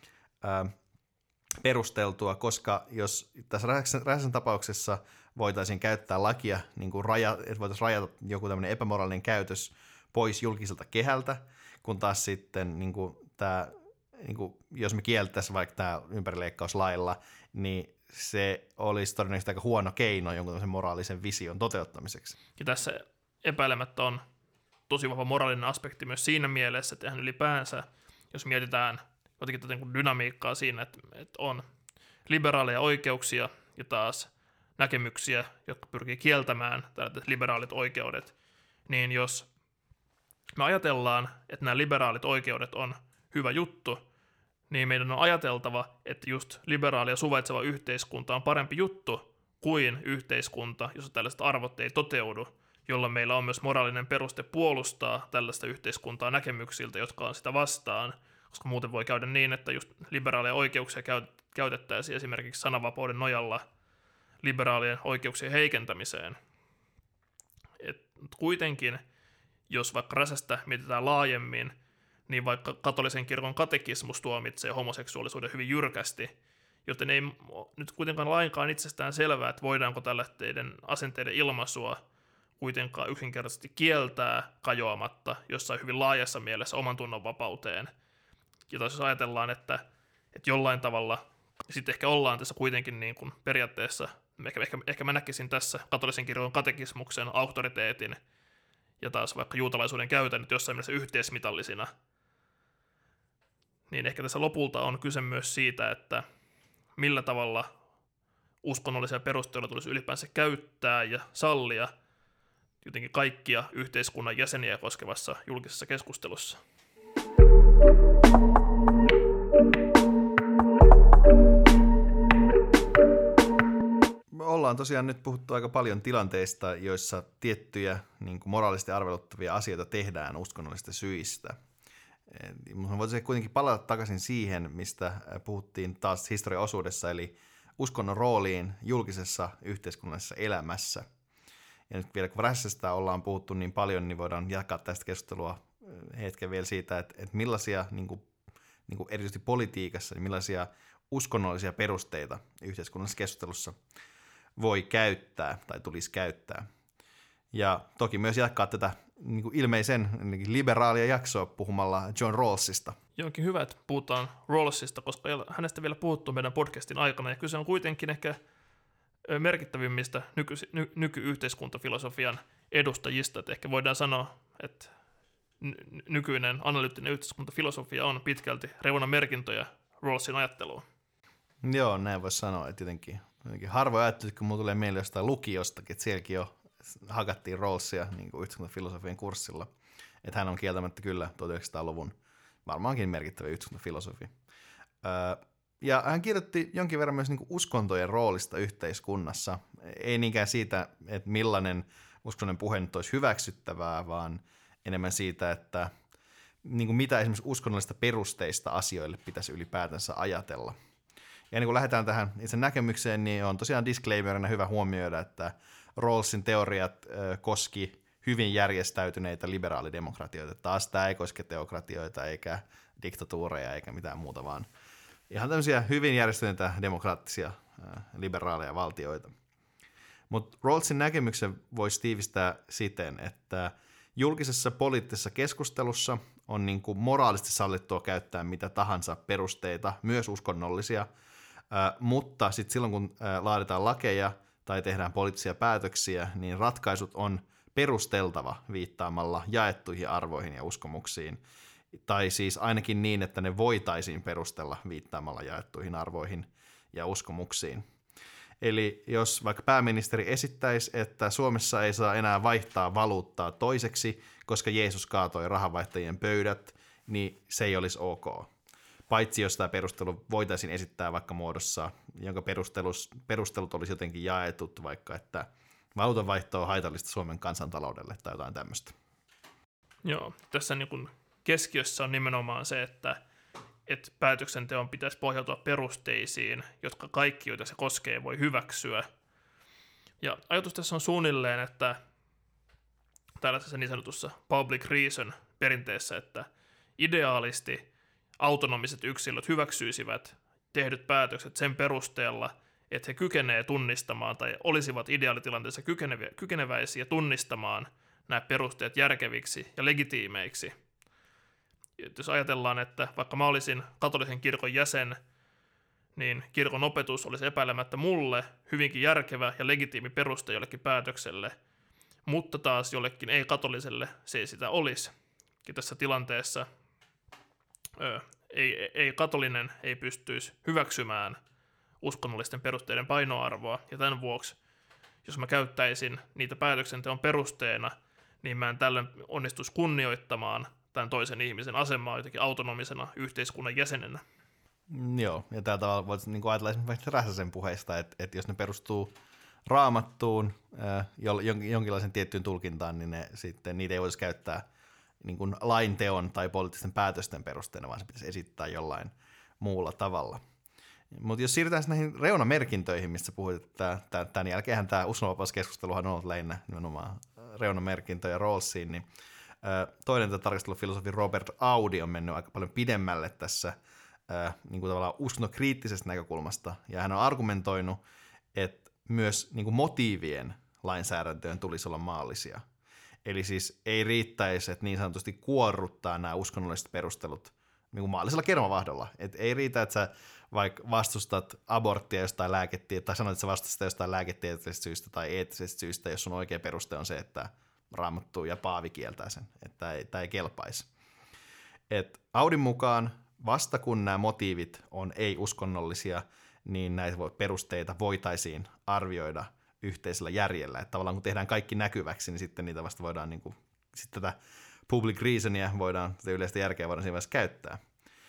ää, perusteltua, koska jos tässä Räsäsen tapauksessa voitaisiin käyttää lakia, niin kuin raja, että voitaisiin rajata joku tämmöinen epämoraalinen käytös pois julkiselta kehältä, kun taas sitten niin kuin tämä, niin kuin, jos me kieltäisiin vaikka tämä ympärileikkauslailla, niin se olisi todennäköisesti aika huono keino jonkun tämmöisen moraalisen vision toteuttamiseksi. Ja tässä epäilemättä on tosi vahva moraalinen aspekti myös siinä mielessä, että ihan ylipäänsä, jos mietitään jotenkin tätä dynamiikkaa siinä, että, että on liberaaleja oikeuksia ja taas näkemyksiä, jotka pyrkii kieltämään tällaiset liberaalit oikeudet, niin jos me ajatellaan, että nämä liberaalit oikeudet on hyvä juttu, niin meidän on ajateltava, että just liberaali ja suvaitseva yhteiskunta on parempi juttu kuin yhteiskunta, jossa tällaiset arvot ei toteudu, jolloin meillä on myös moraalinen peruste puolustaa tällaista yhteiskuntaa näkemyksiltä, jotka on sitä vastaan, koska muuten voi käydä niin, että just liberaaleja oikeuksia käytettäisiin esimerkiksi sananvapauden nojalla liberaalien oikeuksien heikentämiseen. Et kuitenkin, jos vaikka räsästä mietitään laajemmin, niin vaikka katolisen kirkon katekismus tuomitsee homoseksuaalisuuden hyvin jyrkästi, joten ei nyt kuitenkaan lainkaan itsestään selvää, että voidaanko tällaisten asenteiden ilmaisua kuitenkaan yksinkertaisesti kieltää kajoamatta jossain hyvin laajassa mielessä oman tunnon vapauteen. Ja jos ajatellaan, että, että jollain tavalla sitten ehkä ollaan tässä kuitenkin niin kuin periaatteessa, ehkä, ehkä, ehkä mä näkisin tässä katolisen kirkon katekismuksen auktoriteetin ja taas vaikka juutalaisuuden käytännöt jossain mielessä yhteismitallisina, niin ehkä tässä lopulta on kyse myös siitä, että millä tavalla uskonnollisia perusteluja tulisi ylipäänsä käyttää ja sallia jotenkin kaikkia yhteiskunnan jäseniä koskevassa julkisessa keskustelussa. Ollaan tosiaan nyt puhuttu aika paljon tilanteista, joissa tiettyjä niin kuin moraalisesti arveluttavia asioita tehdään uskonnollisista syistä. Mutta voitaisiin kuitenkin palata takaisin siihen, mistä puhuttiin taas historiaosuudessa, eli uskonnon rooliin julkisessa yhteiskunnallisessa elämässä. Ja nyt vielä kun rässästä ollaan puhuttu niin paljon, niin voidaan jatkaa tästä keskustelua hetken vielä siitä, että, että millaisia, niin kuin, niin kuin erityisesti politiikassa, niin millaisia uskonnollisia perusteita yhteiskunnallisessa keskustelussa voi käyttää tai tulisi käyttää. Ja toki myös jatkaa tätä niin kuin ilmeisen liberaalia jaksoa puhumalla John Rawlsista. Jonkin hyvä, että puhutaan Rawlsista, koska ei hänestä vielä puhuttu meidän podcastin aikana, ja kyse on kuitenkin ehkä merkittävimmistä nyky- ny- nykyyhteiskuntafilosofian edustajista, että ehkä voidaan sanoa, että ny- nykyinen analyyttinen yhteiskuntafilosofia on pitkälti reunamerkintöjä Rawlsin ajatteluun. Joo, näin voisi sanoa, että jotenkin, jotenkin harvoin ajattelut, kun mulla tulee mieleen jostain lukiostakin, että sielläkin jo hakattiin Rawlsia niin kuin yhteiskuntafilosofian kurssilla. Että hän on kieltämättä kyllä tuhatyhdeksänsataaluvun varmaankin merkittävä yhteiskuntafilosofi. Öö, ja hän kirjoitti jonkin verran myös niin kuin uskontojen roolista yhteiskunnassa. Ei niinkään siitä, että millainen uskonnollinen puhe nyt olisi hyväksyttävää, vaan enemmän siitä, että niin kuin mitä esimerkiksi uskonnollisista perusteista asioille pitäisi ylipäätänsä ajatella. Ja niin kun lähdetään tähän itse näkemykseen, niin on tosiaan disclaimerina hyvä huomioida, että Rawlsin teoriat äh, koski hyvin järjestäytyneitä liberaalidemokratioita. Taas tämä ei koske teokratioita eikä diktatuureja eikä mitään muuta, vaan ihan tämmöisiä hyvin järjestäytyneitä demokraattisia äh, liberaaleja valtioita. Mutta Rawlsin näkemyksen voisi tiivistää siten, että julkisessa poliittisessa keskustelussa on niin kuin moraalisesti sallittua käyttää mitä tahansa perusteita, myös uskonnollisia, äh, mutta sitten silloin kun äh, laaditaan lakeja tai tehdään poliittisia päätöksiä, niin ratkaisut on perusteltava viittaamalla jaettuihin arvoihin ja uskomuksiin, tai siis ainakin niin, että ne voitaisiin perustella viittaamalla jaettuihin arvoihin ja uskomuksiin. Eli jos vaikka pääministeri esittäisi, että Suomessa ei saa enää vaihtaa valuuttaa toiseksi, koska Jeesus kaatoi rahanvaihtajien pöydät, niin se ei olisi ok. Paitsi jos tämä perustelu voitaisiin esittää vaikka muodossa, jonka perustelut olisi jotenkin jaetut, vaikka että valuutanvaihto on haitallista Suomen kansantaloudelle tai jotain tämmöistä. Joo, tässä niin kuin keskiössä on nimenomaan se, että, että päätöksenteon pitäisi pohjautua perusteisiin, jotka kaikki, joita se koskee, voi hyväksyä. Ja ajatus tässä on suunnilleen, että tällaisessa niin sanotussa public reason perinteessä, että ideaalisti autonomiset yksilöt hyväksyisivät tehdyt päätökset sen perusteella, että he kykenevät tunnistamaan tai olisivat ideaalitilanteessa kykeneväisiä tunnistamaan nämä perusteet järkeviksi ja legitiimeiksi. Jos ajatellaan, että vaikka mä olisin katolisen kirkon jäsen, niin kirkon opetus olisi epäilemättä mulle hyvinkin järkevä ja legitiimi peruste jollekin päätökselle, mutta taas jollekin ei-katoliselle se ei sitä olisi. Ja tässä tilanteessa ö, ei, ei katolinen ei pystyisi hyväksymään uskonnollisten perusteiden painoarvoa, ja tämän vuoksi, jos mä käyttäisin niitä päätöksenteon perusteena, niin mä en tällöin onnistuisi kunnioittamaan tämän toisen ihmisen asemaa jotenkin autonomisena yhteiskunnan jäsenenä. Mm, joo, ja tällä tavalla voisi niin ajatella esimerkiksi Räsäsen puheista, että, että jos ne perustuu raamattuun jonkinlaisen tiettyyn tulkintaan, niin ne, sitten niitä ei voisi käyttää niin kuin lainteon tai poliittisten päätösten perusteena, vaan se pitäisi esittää jollain muulla tavalla. Mutta jos siirrytään näihin reunamerkintöihin, mistä puhuit, että tämän jälkeenhän tämä uskonnonvapauskeskusteluhan on ollut lähinnä nimenomaan reunamerkintöjä Rawlsiin, niin toinen tarkastelufilosofi Robert Audi on mennyt aika paljon pidemmälle tässä niin kuin tavallaan uskonnokriittisestä näkökulmasta, ja hän on argumentoinut, että myös niin kuin motiivien lainsäädäntöön tulisi olla maallisia. Eli siis ei riittäisi, että niin sanotusti kuorruttaa nämä uskonnolliset perustelut niin kuin maallisella kermavahdolla. Et ei riitä, että sä vaikka vastustat aborttia jostain lääketieteestä, tai sanot, että sä vastustat jostain lääketieteellisestä syystä tai eettisestä syystä, jos sun oikea peruste on se, että Raamattu ja Paavi kieltää sen, että tämä ei, tämä ei kelpaisi. Et Audin mukaan vasta kun nämä motiivit on ei-uskonnollisia, niin näitä perusteita voitaisiin arvioida yhteisellä järjellä. Että tavallaan kun tehdään kaikki näkyväksi, niin sitten niitä vasta voidaan, niin kuin, sitten tätä public reasonia voidaan, tätä yleistä järkeä voidaan siinä vaiheessa käyttää.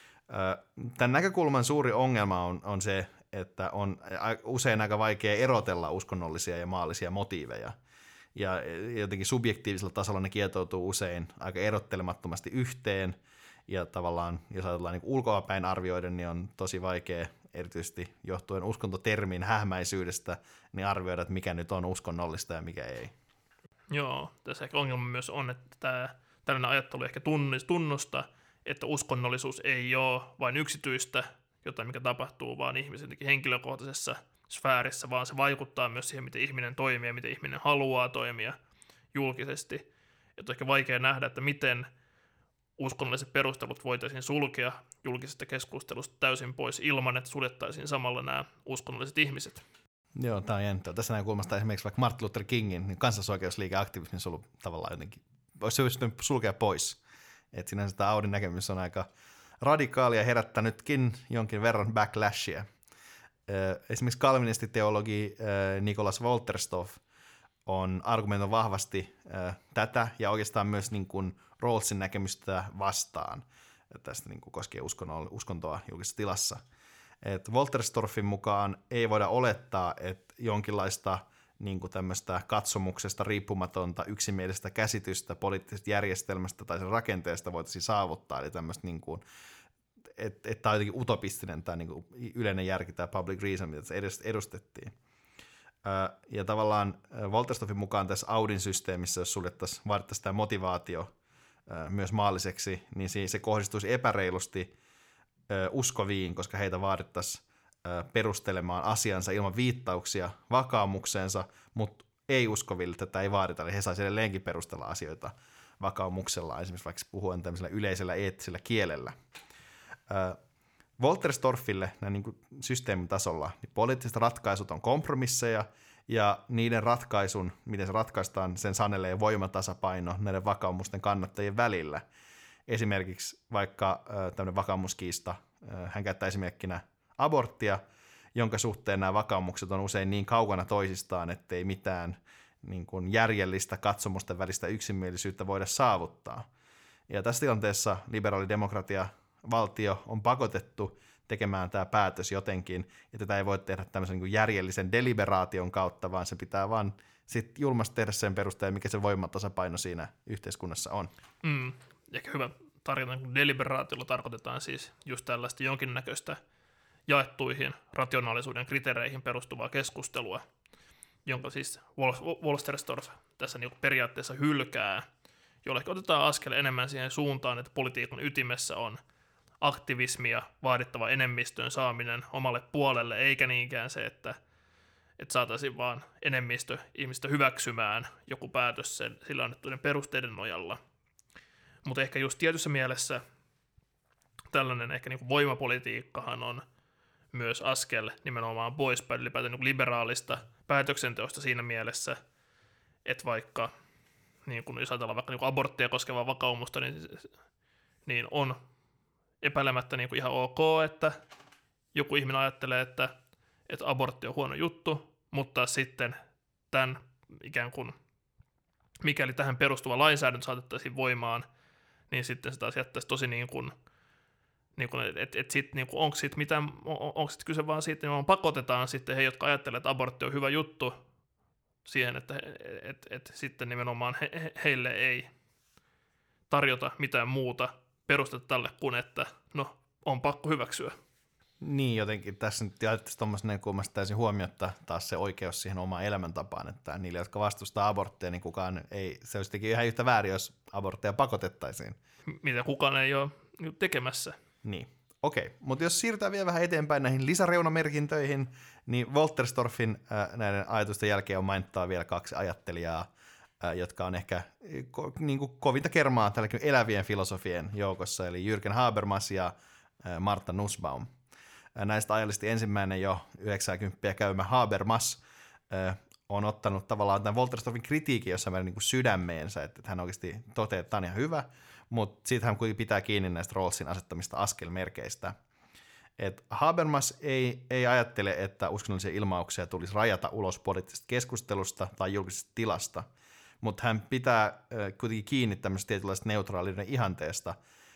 Tämän näkökulman suuri ongelma on, on se, että on usein aika vaikea erotella uskonnollisia ja maallisia motiiveja. Ja jotenkin subjektiivisella tasolla ne kietoutuu usein aika erottelemattomasti yhteen, ja tavallaan, jos ajatellaan niin ulkoapäin arvioiden, niin on tosi vaikea, erityisesti johtuen uskontotermin hähmäisyydestä, niin arvioida, että mikä nyt on uskonnollista ja mikä ei. Joo, tässä ehkä ongelma myös on, että tämä, tällainen ajattelu ehkä tunnusta, että uskonnollisuus ei ole vain yksityistä, jotain mikä tapahtuu vaan ihmisen henkilökohtaisessa sfäärissä, vaan se vaikuttaa myös siihen, miten ihminen toimii ja miten ihminen haluaa toimia julkisesti. Että on ehkä vaikea nähdä, että miten uskonnolliset perustelut voitaisiin sulkea julkisesta keskustelusta täysin pois ilman, että suljettaisiin samalla nämä uskonnolliset ihmiset. Joo, tämä on jännittävää. Tässä näkökulmasta esimerkiksi vaikka Martin Luther Kingin niin kansalaisoikeusliikeaktivismi on ollut tavallaan jotenkin, olisi pystynyt sulkea pois. Että sinänsä tämä Audin näkemys on aika radikaali ja herättänytkin jonkin verran backlashia. Esimerkiksi kalvinistiteologi Nicholas Wolterstorff on argumentoinut vahvasti tätä ja oikeastaan myös niin kuin Rawlsin näkemystä vastaan tästä niin kuin koskee uskontoa julkisessa tilassa. Et Wolterstorffin mukaan ei voida olettaa, että jonkinlaista niin kuin tämmöistä katsomuksesta riippumatonta yksimielistä käsitystä poliittisesta järjestelmästä tai sen rakenteesta voitaisiin saavuttaa, eli tämmöistä niin kuin että et tämä on jotenkin utopistinen tämä niin kuin yleinen järki, tämä public reason, mitä tässä edustettiin. Ja tavallaan Wolterstorffin mukaan tässä Audin systeemissä, jos suljettaisiin, vaadittaisiin tämä motivaatio myös maalliseksi, niin se kohdistuisi epäreilusti uskoviin, koska heitä vaadittaisiin perustelemaan asiansa ilman viittauksia vakaumukseensa, mutta ei-uskoville tätä ei vaadita, eli he saisivat edelleenkin perustella asioita vakaumuksellaan, esimerkiksi vaikka puhuen tämmöisellä yleisellä eettisellä kielellä. Wolterstorffille näin niin kuin systeemin tasolla niin poliittiset ratkaisut on kompromisseja, ja niiden ratkaisun, miten se ratkaistaan, sen sanelee voimatasapaino näiden vakaumusten kannattajien välillä. Esimerkiksi vaikka tämmöinen vakaumuskiista, hän käyttää esimerkkinä aborttia, jonka suhteen nämä vakaumukset on usein niin kaukana toisistaan, ettei mitään niin kuin järjellistä katsomusten välistä yksimielisyyttä voida saavuttaa. Ja tässä tilanteessa liberaalidemokratia valtio on pakotettu tekemään tämä päätös jotenkin, ja tätä ei voi tehdä tämmöisen niin kuin järjellisen deliberaation kautta, vaan se pitää vaan sit julmasti tehdä sen perusteella, mikä se voimatasapaino siinä yhteiskunnassa on. Mm, ehkä hyvä tarjota, kun deliberaatiolla tarkoitetaan siis just tällaista jonkinnäköistä jaettuihin rationaalisuuden kriteereihin perustuvaa keskustelua, jonka siis Wolterstorff tässä niin periaatteessa hylkää, jolla ehkä otetaan askel enemmän siihen suuntaan, että politiikan ytimessä on aktivismia, vaadittava enemmistön saaminen omalle puolelle, eikä niinkään se, että, että saataisiin vaan enemmistö ihmistä hyväksymään joku päätös sen, sillä annettujen perusteiden nojalla. Mutta ehkä just tietyssä mielessä tällainen ehkä niin kuin voimapolitiikkahan on myös askel nimenomaan poispäin ylipäätään niin kuin liberaalista päätöksenteosta siinä mielessä, että vaikka niin kun jos ajatellaan vaikka niin kuin aborttia koskevaa vakaumusta, niin, niin on epäilemättä niin kuin ihan ok, että joku ihminen ajattelee, että, että abortti on huono juttu, mutta sitten tämän ikään kuin, mikäli tähän perustuva lainsäädäntö saatettaisiin voimaan, niin sitten se taas jättäisi tosi niin kuin, niin kuin että et sit, niin kuin, onko sitten mitään, onko sitten kyse vaan siitä, että pakotetaan sitten he, jotka ajattelevat, että abortti on hyvä juttu, siihen, että et, et sitten nimenomaan he, he, heille ei tarjota mitään muuta perustetta tälle kuin, että no, on pakko hyväksyä. Niin, jotenkin tässä nyt jätettäisiin tuommoisen näkökulmasta täysin huomiotta taas se oikeus siihen omaan elämäntapaan, että niille, jotka vastustaa abortteja, niin kukaan ei, se olisi ihan yhtä väärin, jos abortteja pakotettaisiin. Mitä kukaan ei ole tekemässä. Niin, okei. Mutta jos siirrytään vielä vähän eteenpäin näihin lisäreunamerkintöihin, niin Wolterstorffin äh, näiden ajatusten jälkeen on mainittava vielä kaksi ajattelijaa, äh, jotka on ehkä ko, niin kuin kovinta kermaa tälläkin elävien filosofien joukossa, eli Jürgen Habermas ja äh, Martha Nussbaum. Näistä ajallisesti ensimmäinen jo yhdeksänkymmentä käymä Habermas äh, on ottanut tavallaan tämän Wolterstorffin kritiikin jossain määrin niin kuin sydämeensä, että, että hän oikeasti toteaa, että tämä on ihan hyvä, mutta sitten hän kuitenkin pitää kiinni näistä Rawlsin asettamista askelmerkeistä. Et Habermas ei, ei ajattele, että uskonnollisia ilmauksia tulisi rajata ulos poliittisesta keskustelusta tai julkisesta tilasta, mutta hän pitää äh, kuitenkin kiinni tämmöisestä tietynlaista neutraaliuden ihanteesta,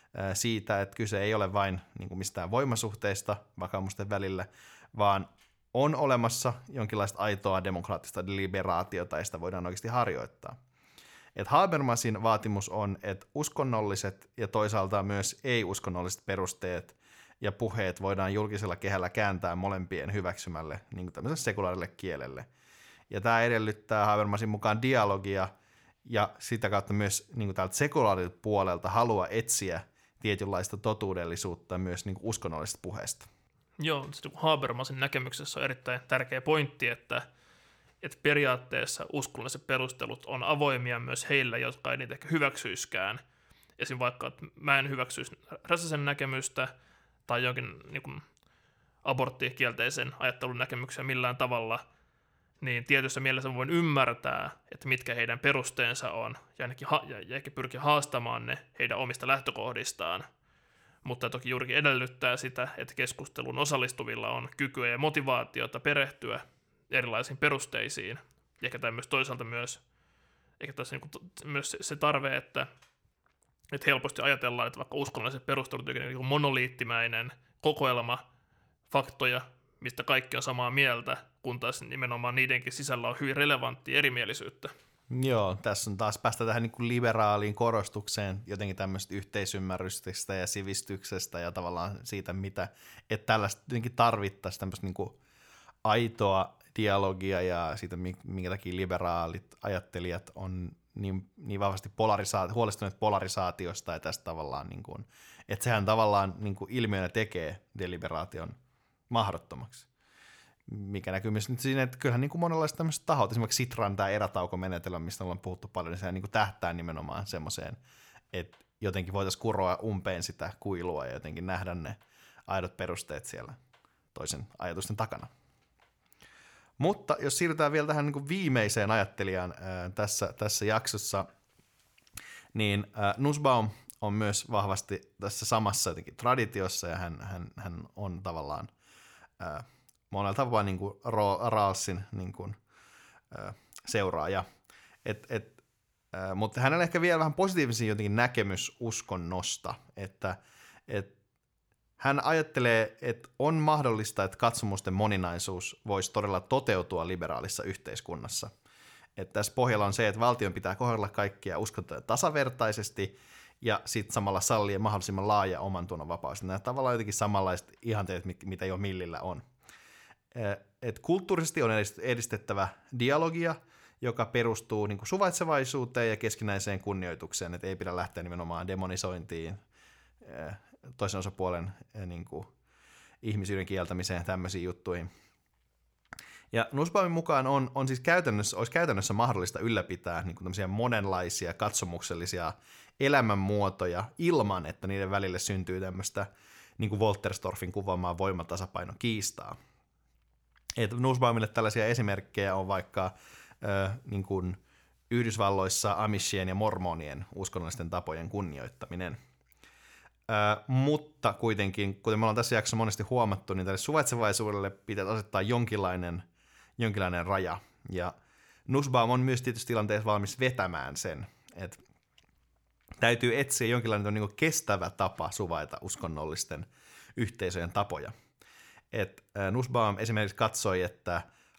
siitä, että kyse ei ole vain niin kuin mistään voimasuhteista vakaumusten välillä, vaan on olemassa jonkinlaista aitoa demokraattista deliberaatiota, ja sitä voidaan oikeasti harjoittaa. Et Habermasin vaatimus on, että uskonnolliset ja toisaalta myös ei-uskonnolliset perusteet ja puheet voidaan julkisella kehällä kääntää molempien hyväksymälle niin kuin tämmöiselle sekulaarille kielelle. Ja tämä edellyttää Habermasin mukaan dialogia ja sitä kautta myös niin kuin täältä sekulaarilta puolelta halua etsiä tietynlaista totuudellisuutta myös niin kuin uskonnollisesta puheesta. Joo, Habermasin näkemyksessä on erittäin tärkeä pointti, että, että periaatteessa uskonnolliset perustelut on avoimia myös heille, jotka ei niitä ehkä hyväksyiskään. Esim. Vaikka, että mä en hyväksyisi Räsäsen näkemystä tai jonkin niin kuin aborttikielteisen ajattelun näkemyksiä millään tavalla, niin tietyssä mielessä voin ymmärtää, että mitkä heidän perusteensa on, ja ainakin ha- ja ehkä pyrkiä haastamaan ne heidän omista lähtökohdistaan. Mutta toki juurikin edellyttää sitä, että keskustelun osallistuvilla on kykyä ja motivaatiota perehtyä erilaisiin perusteisiin. Ja ehkä tämä myös toisaalta myös, ehkä tässä niin kuin myös se tarve, että, että helposti ajatellaan, että vaikka uskonnolliset perustelut on niin kuin monoliittimäinen kokoelma faktoja, mistä kaikki on samaa mieltä, kun taas nimenomaan niidenkin sisällä on hyvin relevanttia erimielisyyttä. Joo, tässä on taas päästä tähän niin kuin liberaaliin korostukseen jotenkin tämmöistä yhteisymmärrystä ja sivistyksestä ja tavallaan siitä, mitä, että tällaista jotenkin tarvittaisiin tämmöistä niin kuin aitoa dialogia ja siitä, minkä takia liberaalit ajattelijat on niin, niin vahvasti polarisaatio, huolestuneet polarisaatiosta ja tästä tavallaan, niin kuin, että sehän tavallaan niin kuin ilmiönä tekee deliberaation mahdottomaksi. Mikä näkyy myös nyt siinä, että kyllähän niin kuin monenlaiset tämmöiset tahot, esimerkiksi Sitran tämä erätaukomenetelmä, mistä ollaan puhuttu paljon, niin sehän niin kuin tähtää nimenomaan semmoiseen, että jotenkin voitaisiin kuroa umpeen sitä kuilua ja jotenkin nähdä ne aidot perusteet siellä toisen ajatusten takana. Mutta jos siirrytään vielä tähän niin kuin viimeiseen ajattelijaan ää, tässä, tässä jaksossa, niin ää, Nussbaum on myös vahvasti tässä samassa jotenkin traditiossa, ja hän, hän, hän on tavallaan ää, monella tavalla niin kuin Rawlsin niin kuin, ää, seuraaja. Et, et, ää, mutta hänellä ehkä vielä vähän positiivisin jotenkin näkemys uskonnosta, että et, hän ajattelee, että on mahdollista, että katsomusten moninaisuus voisi todella toteutua liberaalissa yhteiskunnassa. Että tässä pohjalla on se, että valtion pitää kohdella kaikkia uskontoja tasavertaisesti ja sitten samalla sallia mahdollisimman laaja oman tunnon vapaus. Nämä tavallaan jotenkin samanlaiset ihanteet, mitä jo millillä on. Et kulttuurisesti on edistettävä dialogia, joka perustuu niin kuin suvaitsevaisuuteen ja keskinäiseen kunnioitukseen, että ei pidä lähteä nimenomaan demonisointiin, toisen osapuolen niin kuin, ihmisyyden kieltämiseen ja tämmöisiin juttuihin. Ja Nussbaumin mukaan on, on siis käytännössä, olisi käytännössä mahdollista ylläpitää niin kuin tämmöisiä monenlaisia katsomuksellisia elämänmuotoja ilman, että niiden välille syntyy tämmöistä niin kuin Wolterstorffin kuvaamaa voimatasapainokiistaa. Et Nussbaumille tällaisia esimerkkejä on vaikka äh, niin kuin Yhdysvalloissa amishien ja mormonien uskonnollisten tapojen kunnioittaminen. Äh, mutta kuitenkin, kuten me ollaan tässä jaksossa monesti huomattu, niin tälle suvaitsevaisuudelle pitää asettaa jonkinlainen, jonkinlainen raja. Ja Nussbaum on myös tietysti tilanteessa valmis vetämään sen, että täytyy etsiä jonkinlainen niin kuin kestävä tapa suvaita uskonnollisten yhteisöjen tapoja. Et, äh, Nussbaum esimerkiksi katsoi, että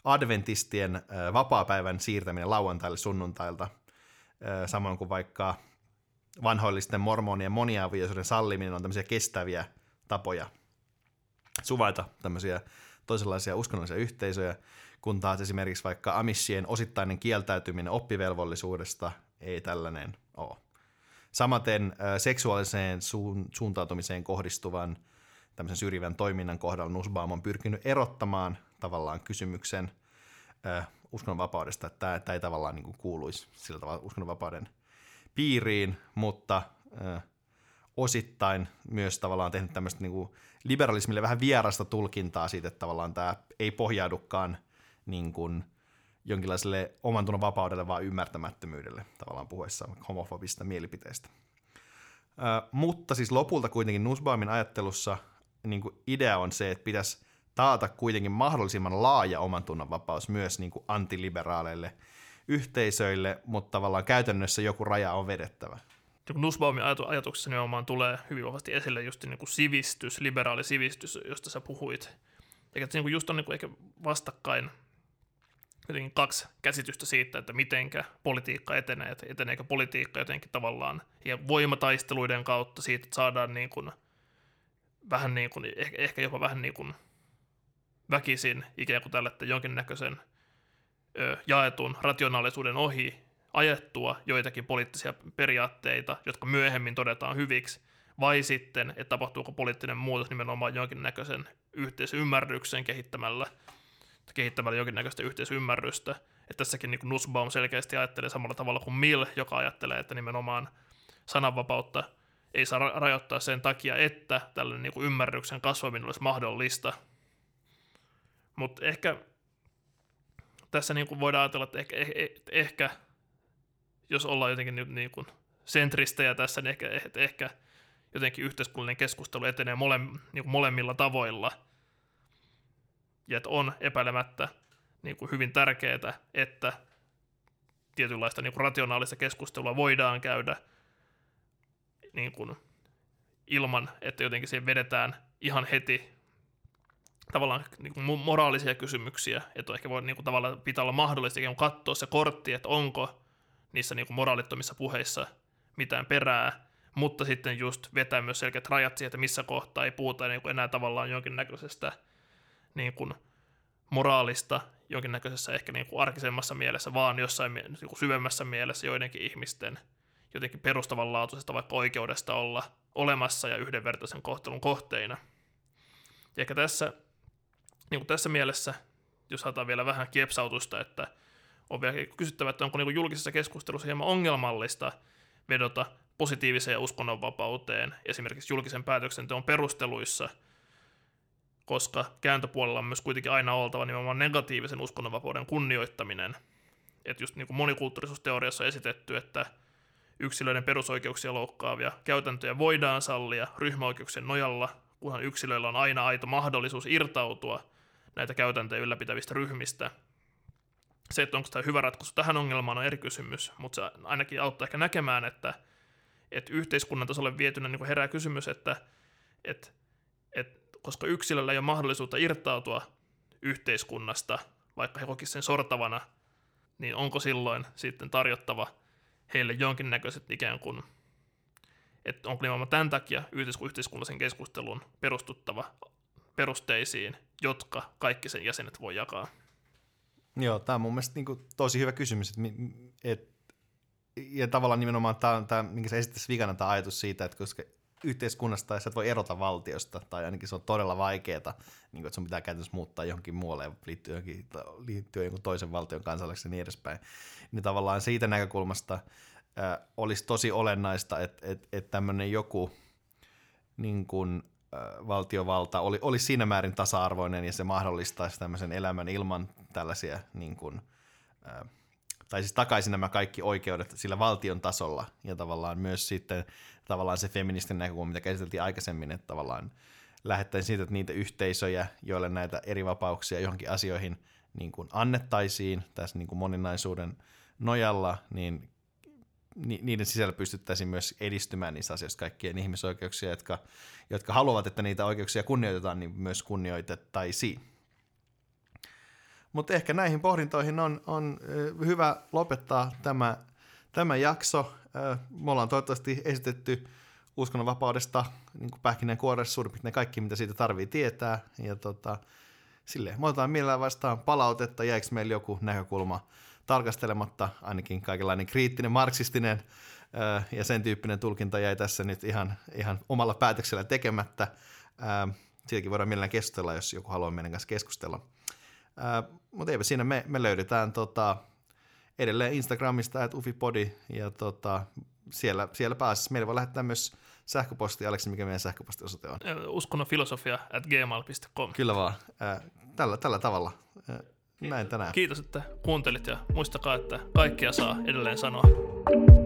adventistien vapaapäivän siirtäminen lauantaille sunnuntailta, samoin kuin vaikka vanhoillisten mormonien moniavioisuuden salliminen on tämmöisiä kestäviä tapoja suvaita tämmöisiä toisenlaisia uskonnollisia yhteisöjä, kun taas esimerkiksi vaikka amishien osittainen kieltäytyminen oppivelvollisuudesta ei tällainen ole. Samaten seksuaaliseen suun, suuntautumiseen kohdistuvan tämmöisen syrjivän toiminnan kohdalla Nussbaum on pyrkinyt erottamaan tavallaan kysymyksen äh, uskonnonvapaudesta, että tämä, tämä ei tavallaan niin kuin kuuluisi sillä tavalla uskonnonvapauden piiriin, mutta äh, osittain myös tavallaan tehnyt tämmöistä niin kuin liberalismille vähän vierasta tulkintaa siitä, että tavallaan tämä ei pohjaudukaan niin kuin jonkinlaiselle omantunnon vapaudelle, vaan ymmärtämättömyydelle tavallaan puhuessa homofobista mielipiteistä. Äh, mutta siis lopulta kuitenkin Nussbaumin ajattelussa niin kuin idea on se, että pitäisi taata kuitenkin mahdollisimman laaja omantunnon vapaus myös niin kuin antiliberaaleille yhteisöille, mutta tavallaan käytännössä joku raja on vedettävä. Nussbaumin ajatuksessa nimenomaan tulee hyvin vahvasti esille just niin kuin sivistys, liberaali sivistys, josta sä puhuit. Eikä se niin kuin just on niin kuin ehkä vastakkain jotenkin kaksi käsitystä siitä, että mitenkä politiikka etenee, että eteneekö politiikka jotenkin tavallaan ja voimataisteluiden kautta siitä, että saadaan niin kuin vähän niin kuin, ehkä jopa vähän niin kuin väkisin ikään kuin tällä, että jonkinnäköisen ö, jaetun rationaalisuuden ohi ajettua joitakin poliittisia periaatteita, jotka myöhemmin todetaan hyviksi, vai sitten, että tapahtuuko poliittinen muutos nimenomaan jonkinnäköisen yhteisymmärryksen kehittämällä, kehittämällä jonkinnäköistä yhteisymmärrystä. Että tässäkin niin kuin Nussbaum selkeästi ajattelee samalla tavalla kuin Mill, joka ajattelee, että nimenomaan sananvapautta ei saa rajoittaa sen takia, että tällainen niin kuin ymmärryksen kasvaminen olisi mahdollista. Mutta ehkä tässä niin kuin voidaan ajatella, että ehkä, ehkä, ehkä jos ollaan jotenkin niin kuin sentristejä tässä, niin ehkä, että ehkä jotenkin yhteiskunnallinen keskustelu etenee mole, niin kuin molemmilla tavoilla. Ja että on epäilemättä niin kuin hyvin tärkeää, että tietynlaista niin kuin rationaalista keskustelua voidaan käydä niin kuin ilman, että jotenkin siihen vedetään ihan heti tavallaan niin kuin moraalisia kysymyksiä, että ehkä voi niin kuin tavallaan pitää olla mahdollista katsoa se kortti, että onko niissä niin kuin moraalittomissa puheissa mitään perää, mutta sitten just vetää myös selkeät rajat siihen, että missä kohtaa ei puhuta niin kuin enää tavallaan jonkinnäköisestä niin kuin moraalista, jonkinnäköisessä ehkä niin kuin arkisemmassa mielessä, vaan jossain niin kuin syvemmässä mielessä joidenkin ihmisten jotenkin perustavanlaatuisesta vaikka oikeudesta olla olemassa ja yhdenvertaisen kohtelun kohteina. Ja ehkä tässä, niin kuin tässä mielessä, jos saadaan vielä vähän kiepsautusta, että on vielä kysyttävä, että onko niin kuin julkisessa keskustelussa hieman ongelmallista vedota positiiviseen uskonnonvapauteen, esimerkiksi julkisen päätöksenteon perusteluissa, koska kääntöpuolella on myös kuitenkin aina oltava nimenomaan negatiivisen uskonnonvapauden kunnioittaminen. Että just niin kuin monikulttuurisuusteoriassa on esitetty, että yksilöiden perusoikeuksia loukkaavia käytäntöjä voidaan sallia ryhmäoikeuksien nojalla, kunhan yksilöillä on aina aito mahdollisuus irtautua näitä käytäntöjä ylläpitävistä ryhmistä. Se, että onko tämä hyvä ratkaisu tähän ongelmaan, on eri kysymys, mutta se ainakin auttaa ehkä näkemään, että, että yhteiskunnan tasolle vietynä niin herää kysymys, että, että, että koska yksilöllä ei ole mahdollisuutta irtautua yhteiskunnasta, vaikka he kokisivat sen sortavana, niin onko silloin sitten tarjottava heille jonkinnäköiset ikään kuin, että onko nimenomaan tämän takia yhteiskunnallisen keskustelun perustuttava perusteisiin, jotka kaikki sen jäsenet voi jakaa. Joo, tämä on mun mielestä niin kuin tosi hyvä kysymys, että, et, ja tavallaan nimenomaan tämä, tämä minkä sä esittäisi vikana tämä ajatus siitä, että koska yhteiskunnasta sä et voi erota valtiosta, tai ainakin se on todella vaikeaa, niin että sun pitää käytännössä muuttaa johonkin muualle ja liittyä, johonkin, liittyä jonkun toisen valtion kansalaiseksi ja niin edespäin, niin tavallaan siitä näkökulmasta äh, olisi tosi olennaista, että et, et tämmöinen joku niin kuin, äh, valtiovalta oli, olisi siinä määrin tasa-arvoinen ja se mahdollistaisi tämmöisen elämän ilman tällaisia niin kuin, äh, tai siis takaisin nämä kaikki oikeudet sillä valtion tasolla, ja tavallaan myös sitten tavallaan se feministinen näkökulma, mitä käsiteltiin aikaisemmin, että tavallaan lähettäisiin siitä, että niitä yhteisöjä, joille näitä eri vapauksia johonkin asioihin niin kuin annettaisiin tässä niin kuin moninaisuuden nojalla, niin niiden sisällä pystyttäisiin myös edistymään niissä asioissa kaikkien ihmisoikeuksia, jotka, jotka haluavat, että niitä oikeuksia kunnioitetaan, niin myös kunnioitettaisiin. Mutta ehkä näihin pohdintoihin on, on hyvä lopettaa tämä, tämä jakso. Me ollaan toivottavasti esitetty uskonnonvapaudesta niin pähkinänkuoressa suurin piirtein kaikki, mitä siitä tarvii tietää. Ja tota, silleen, me otetaan mielellään vastaan palautetta, jäikö meillä joku näkökulma tarkastelematta, ainakin kaikenlainen kriittinen, marksistinen ja sen tyyppinen tulkinta jäi tässä nyt ihan, ihan omalla päätöksellä tekemättä. Siitäkin voidaan mielellään keskustella, jos joku haluaa meidän kanssa keskustella. Mutta eipä siinä, me, me löydetään tota, edelleen Instagramista, että ufipodi, ja tota, siellä, siellä pääasiassa meillä voi lähettää myös sähköpostia. Aleksi, mikä meidän sähköpostiosoite on? uskonnonfilosofia at gmail piste com. Kyllä vaan. Tällä, tällä tavalla. Näin tänään. Kiitos, että kuuntelit, ja muistakaa, että kaikkea saa edelleen sanoa.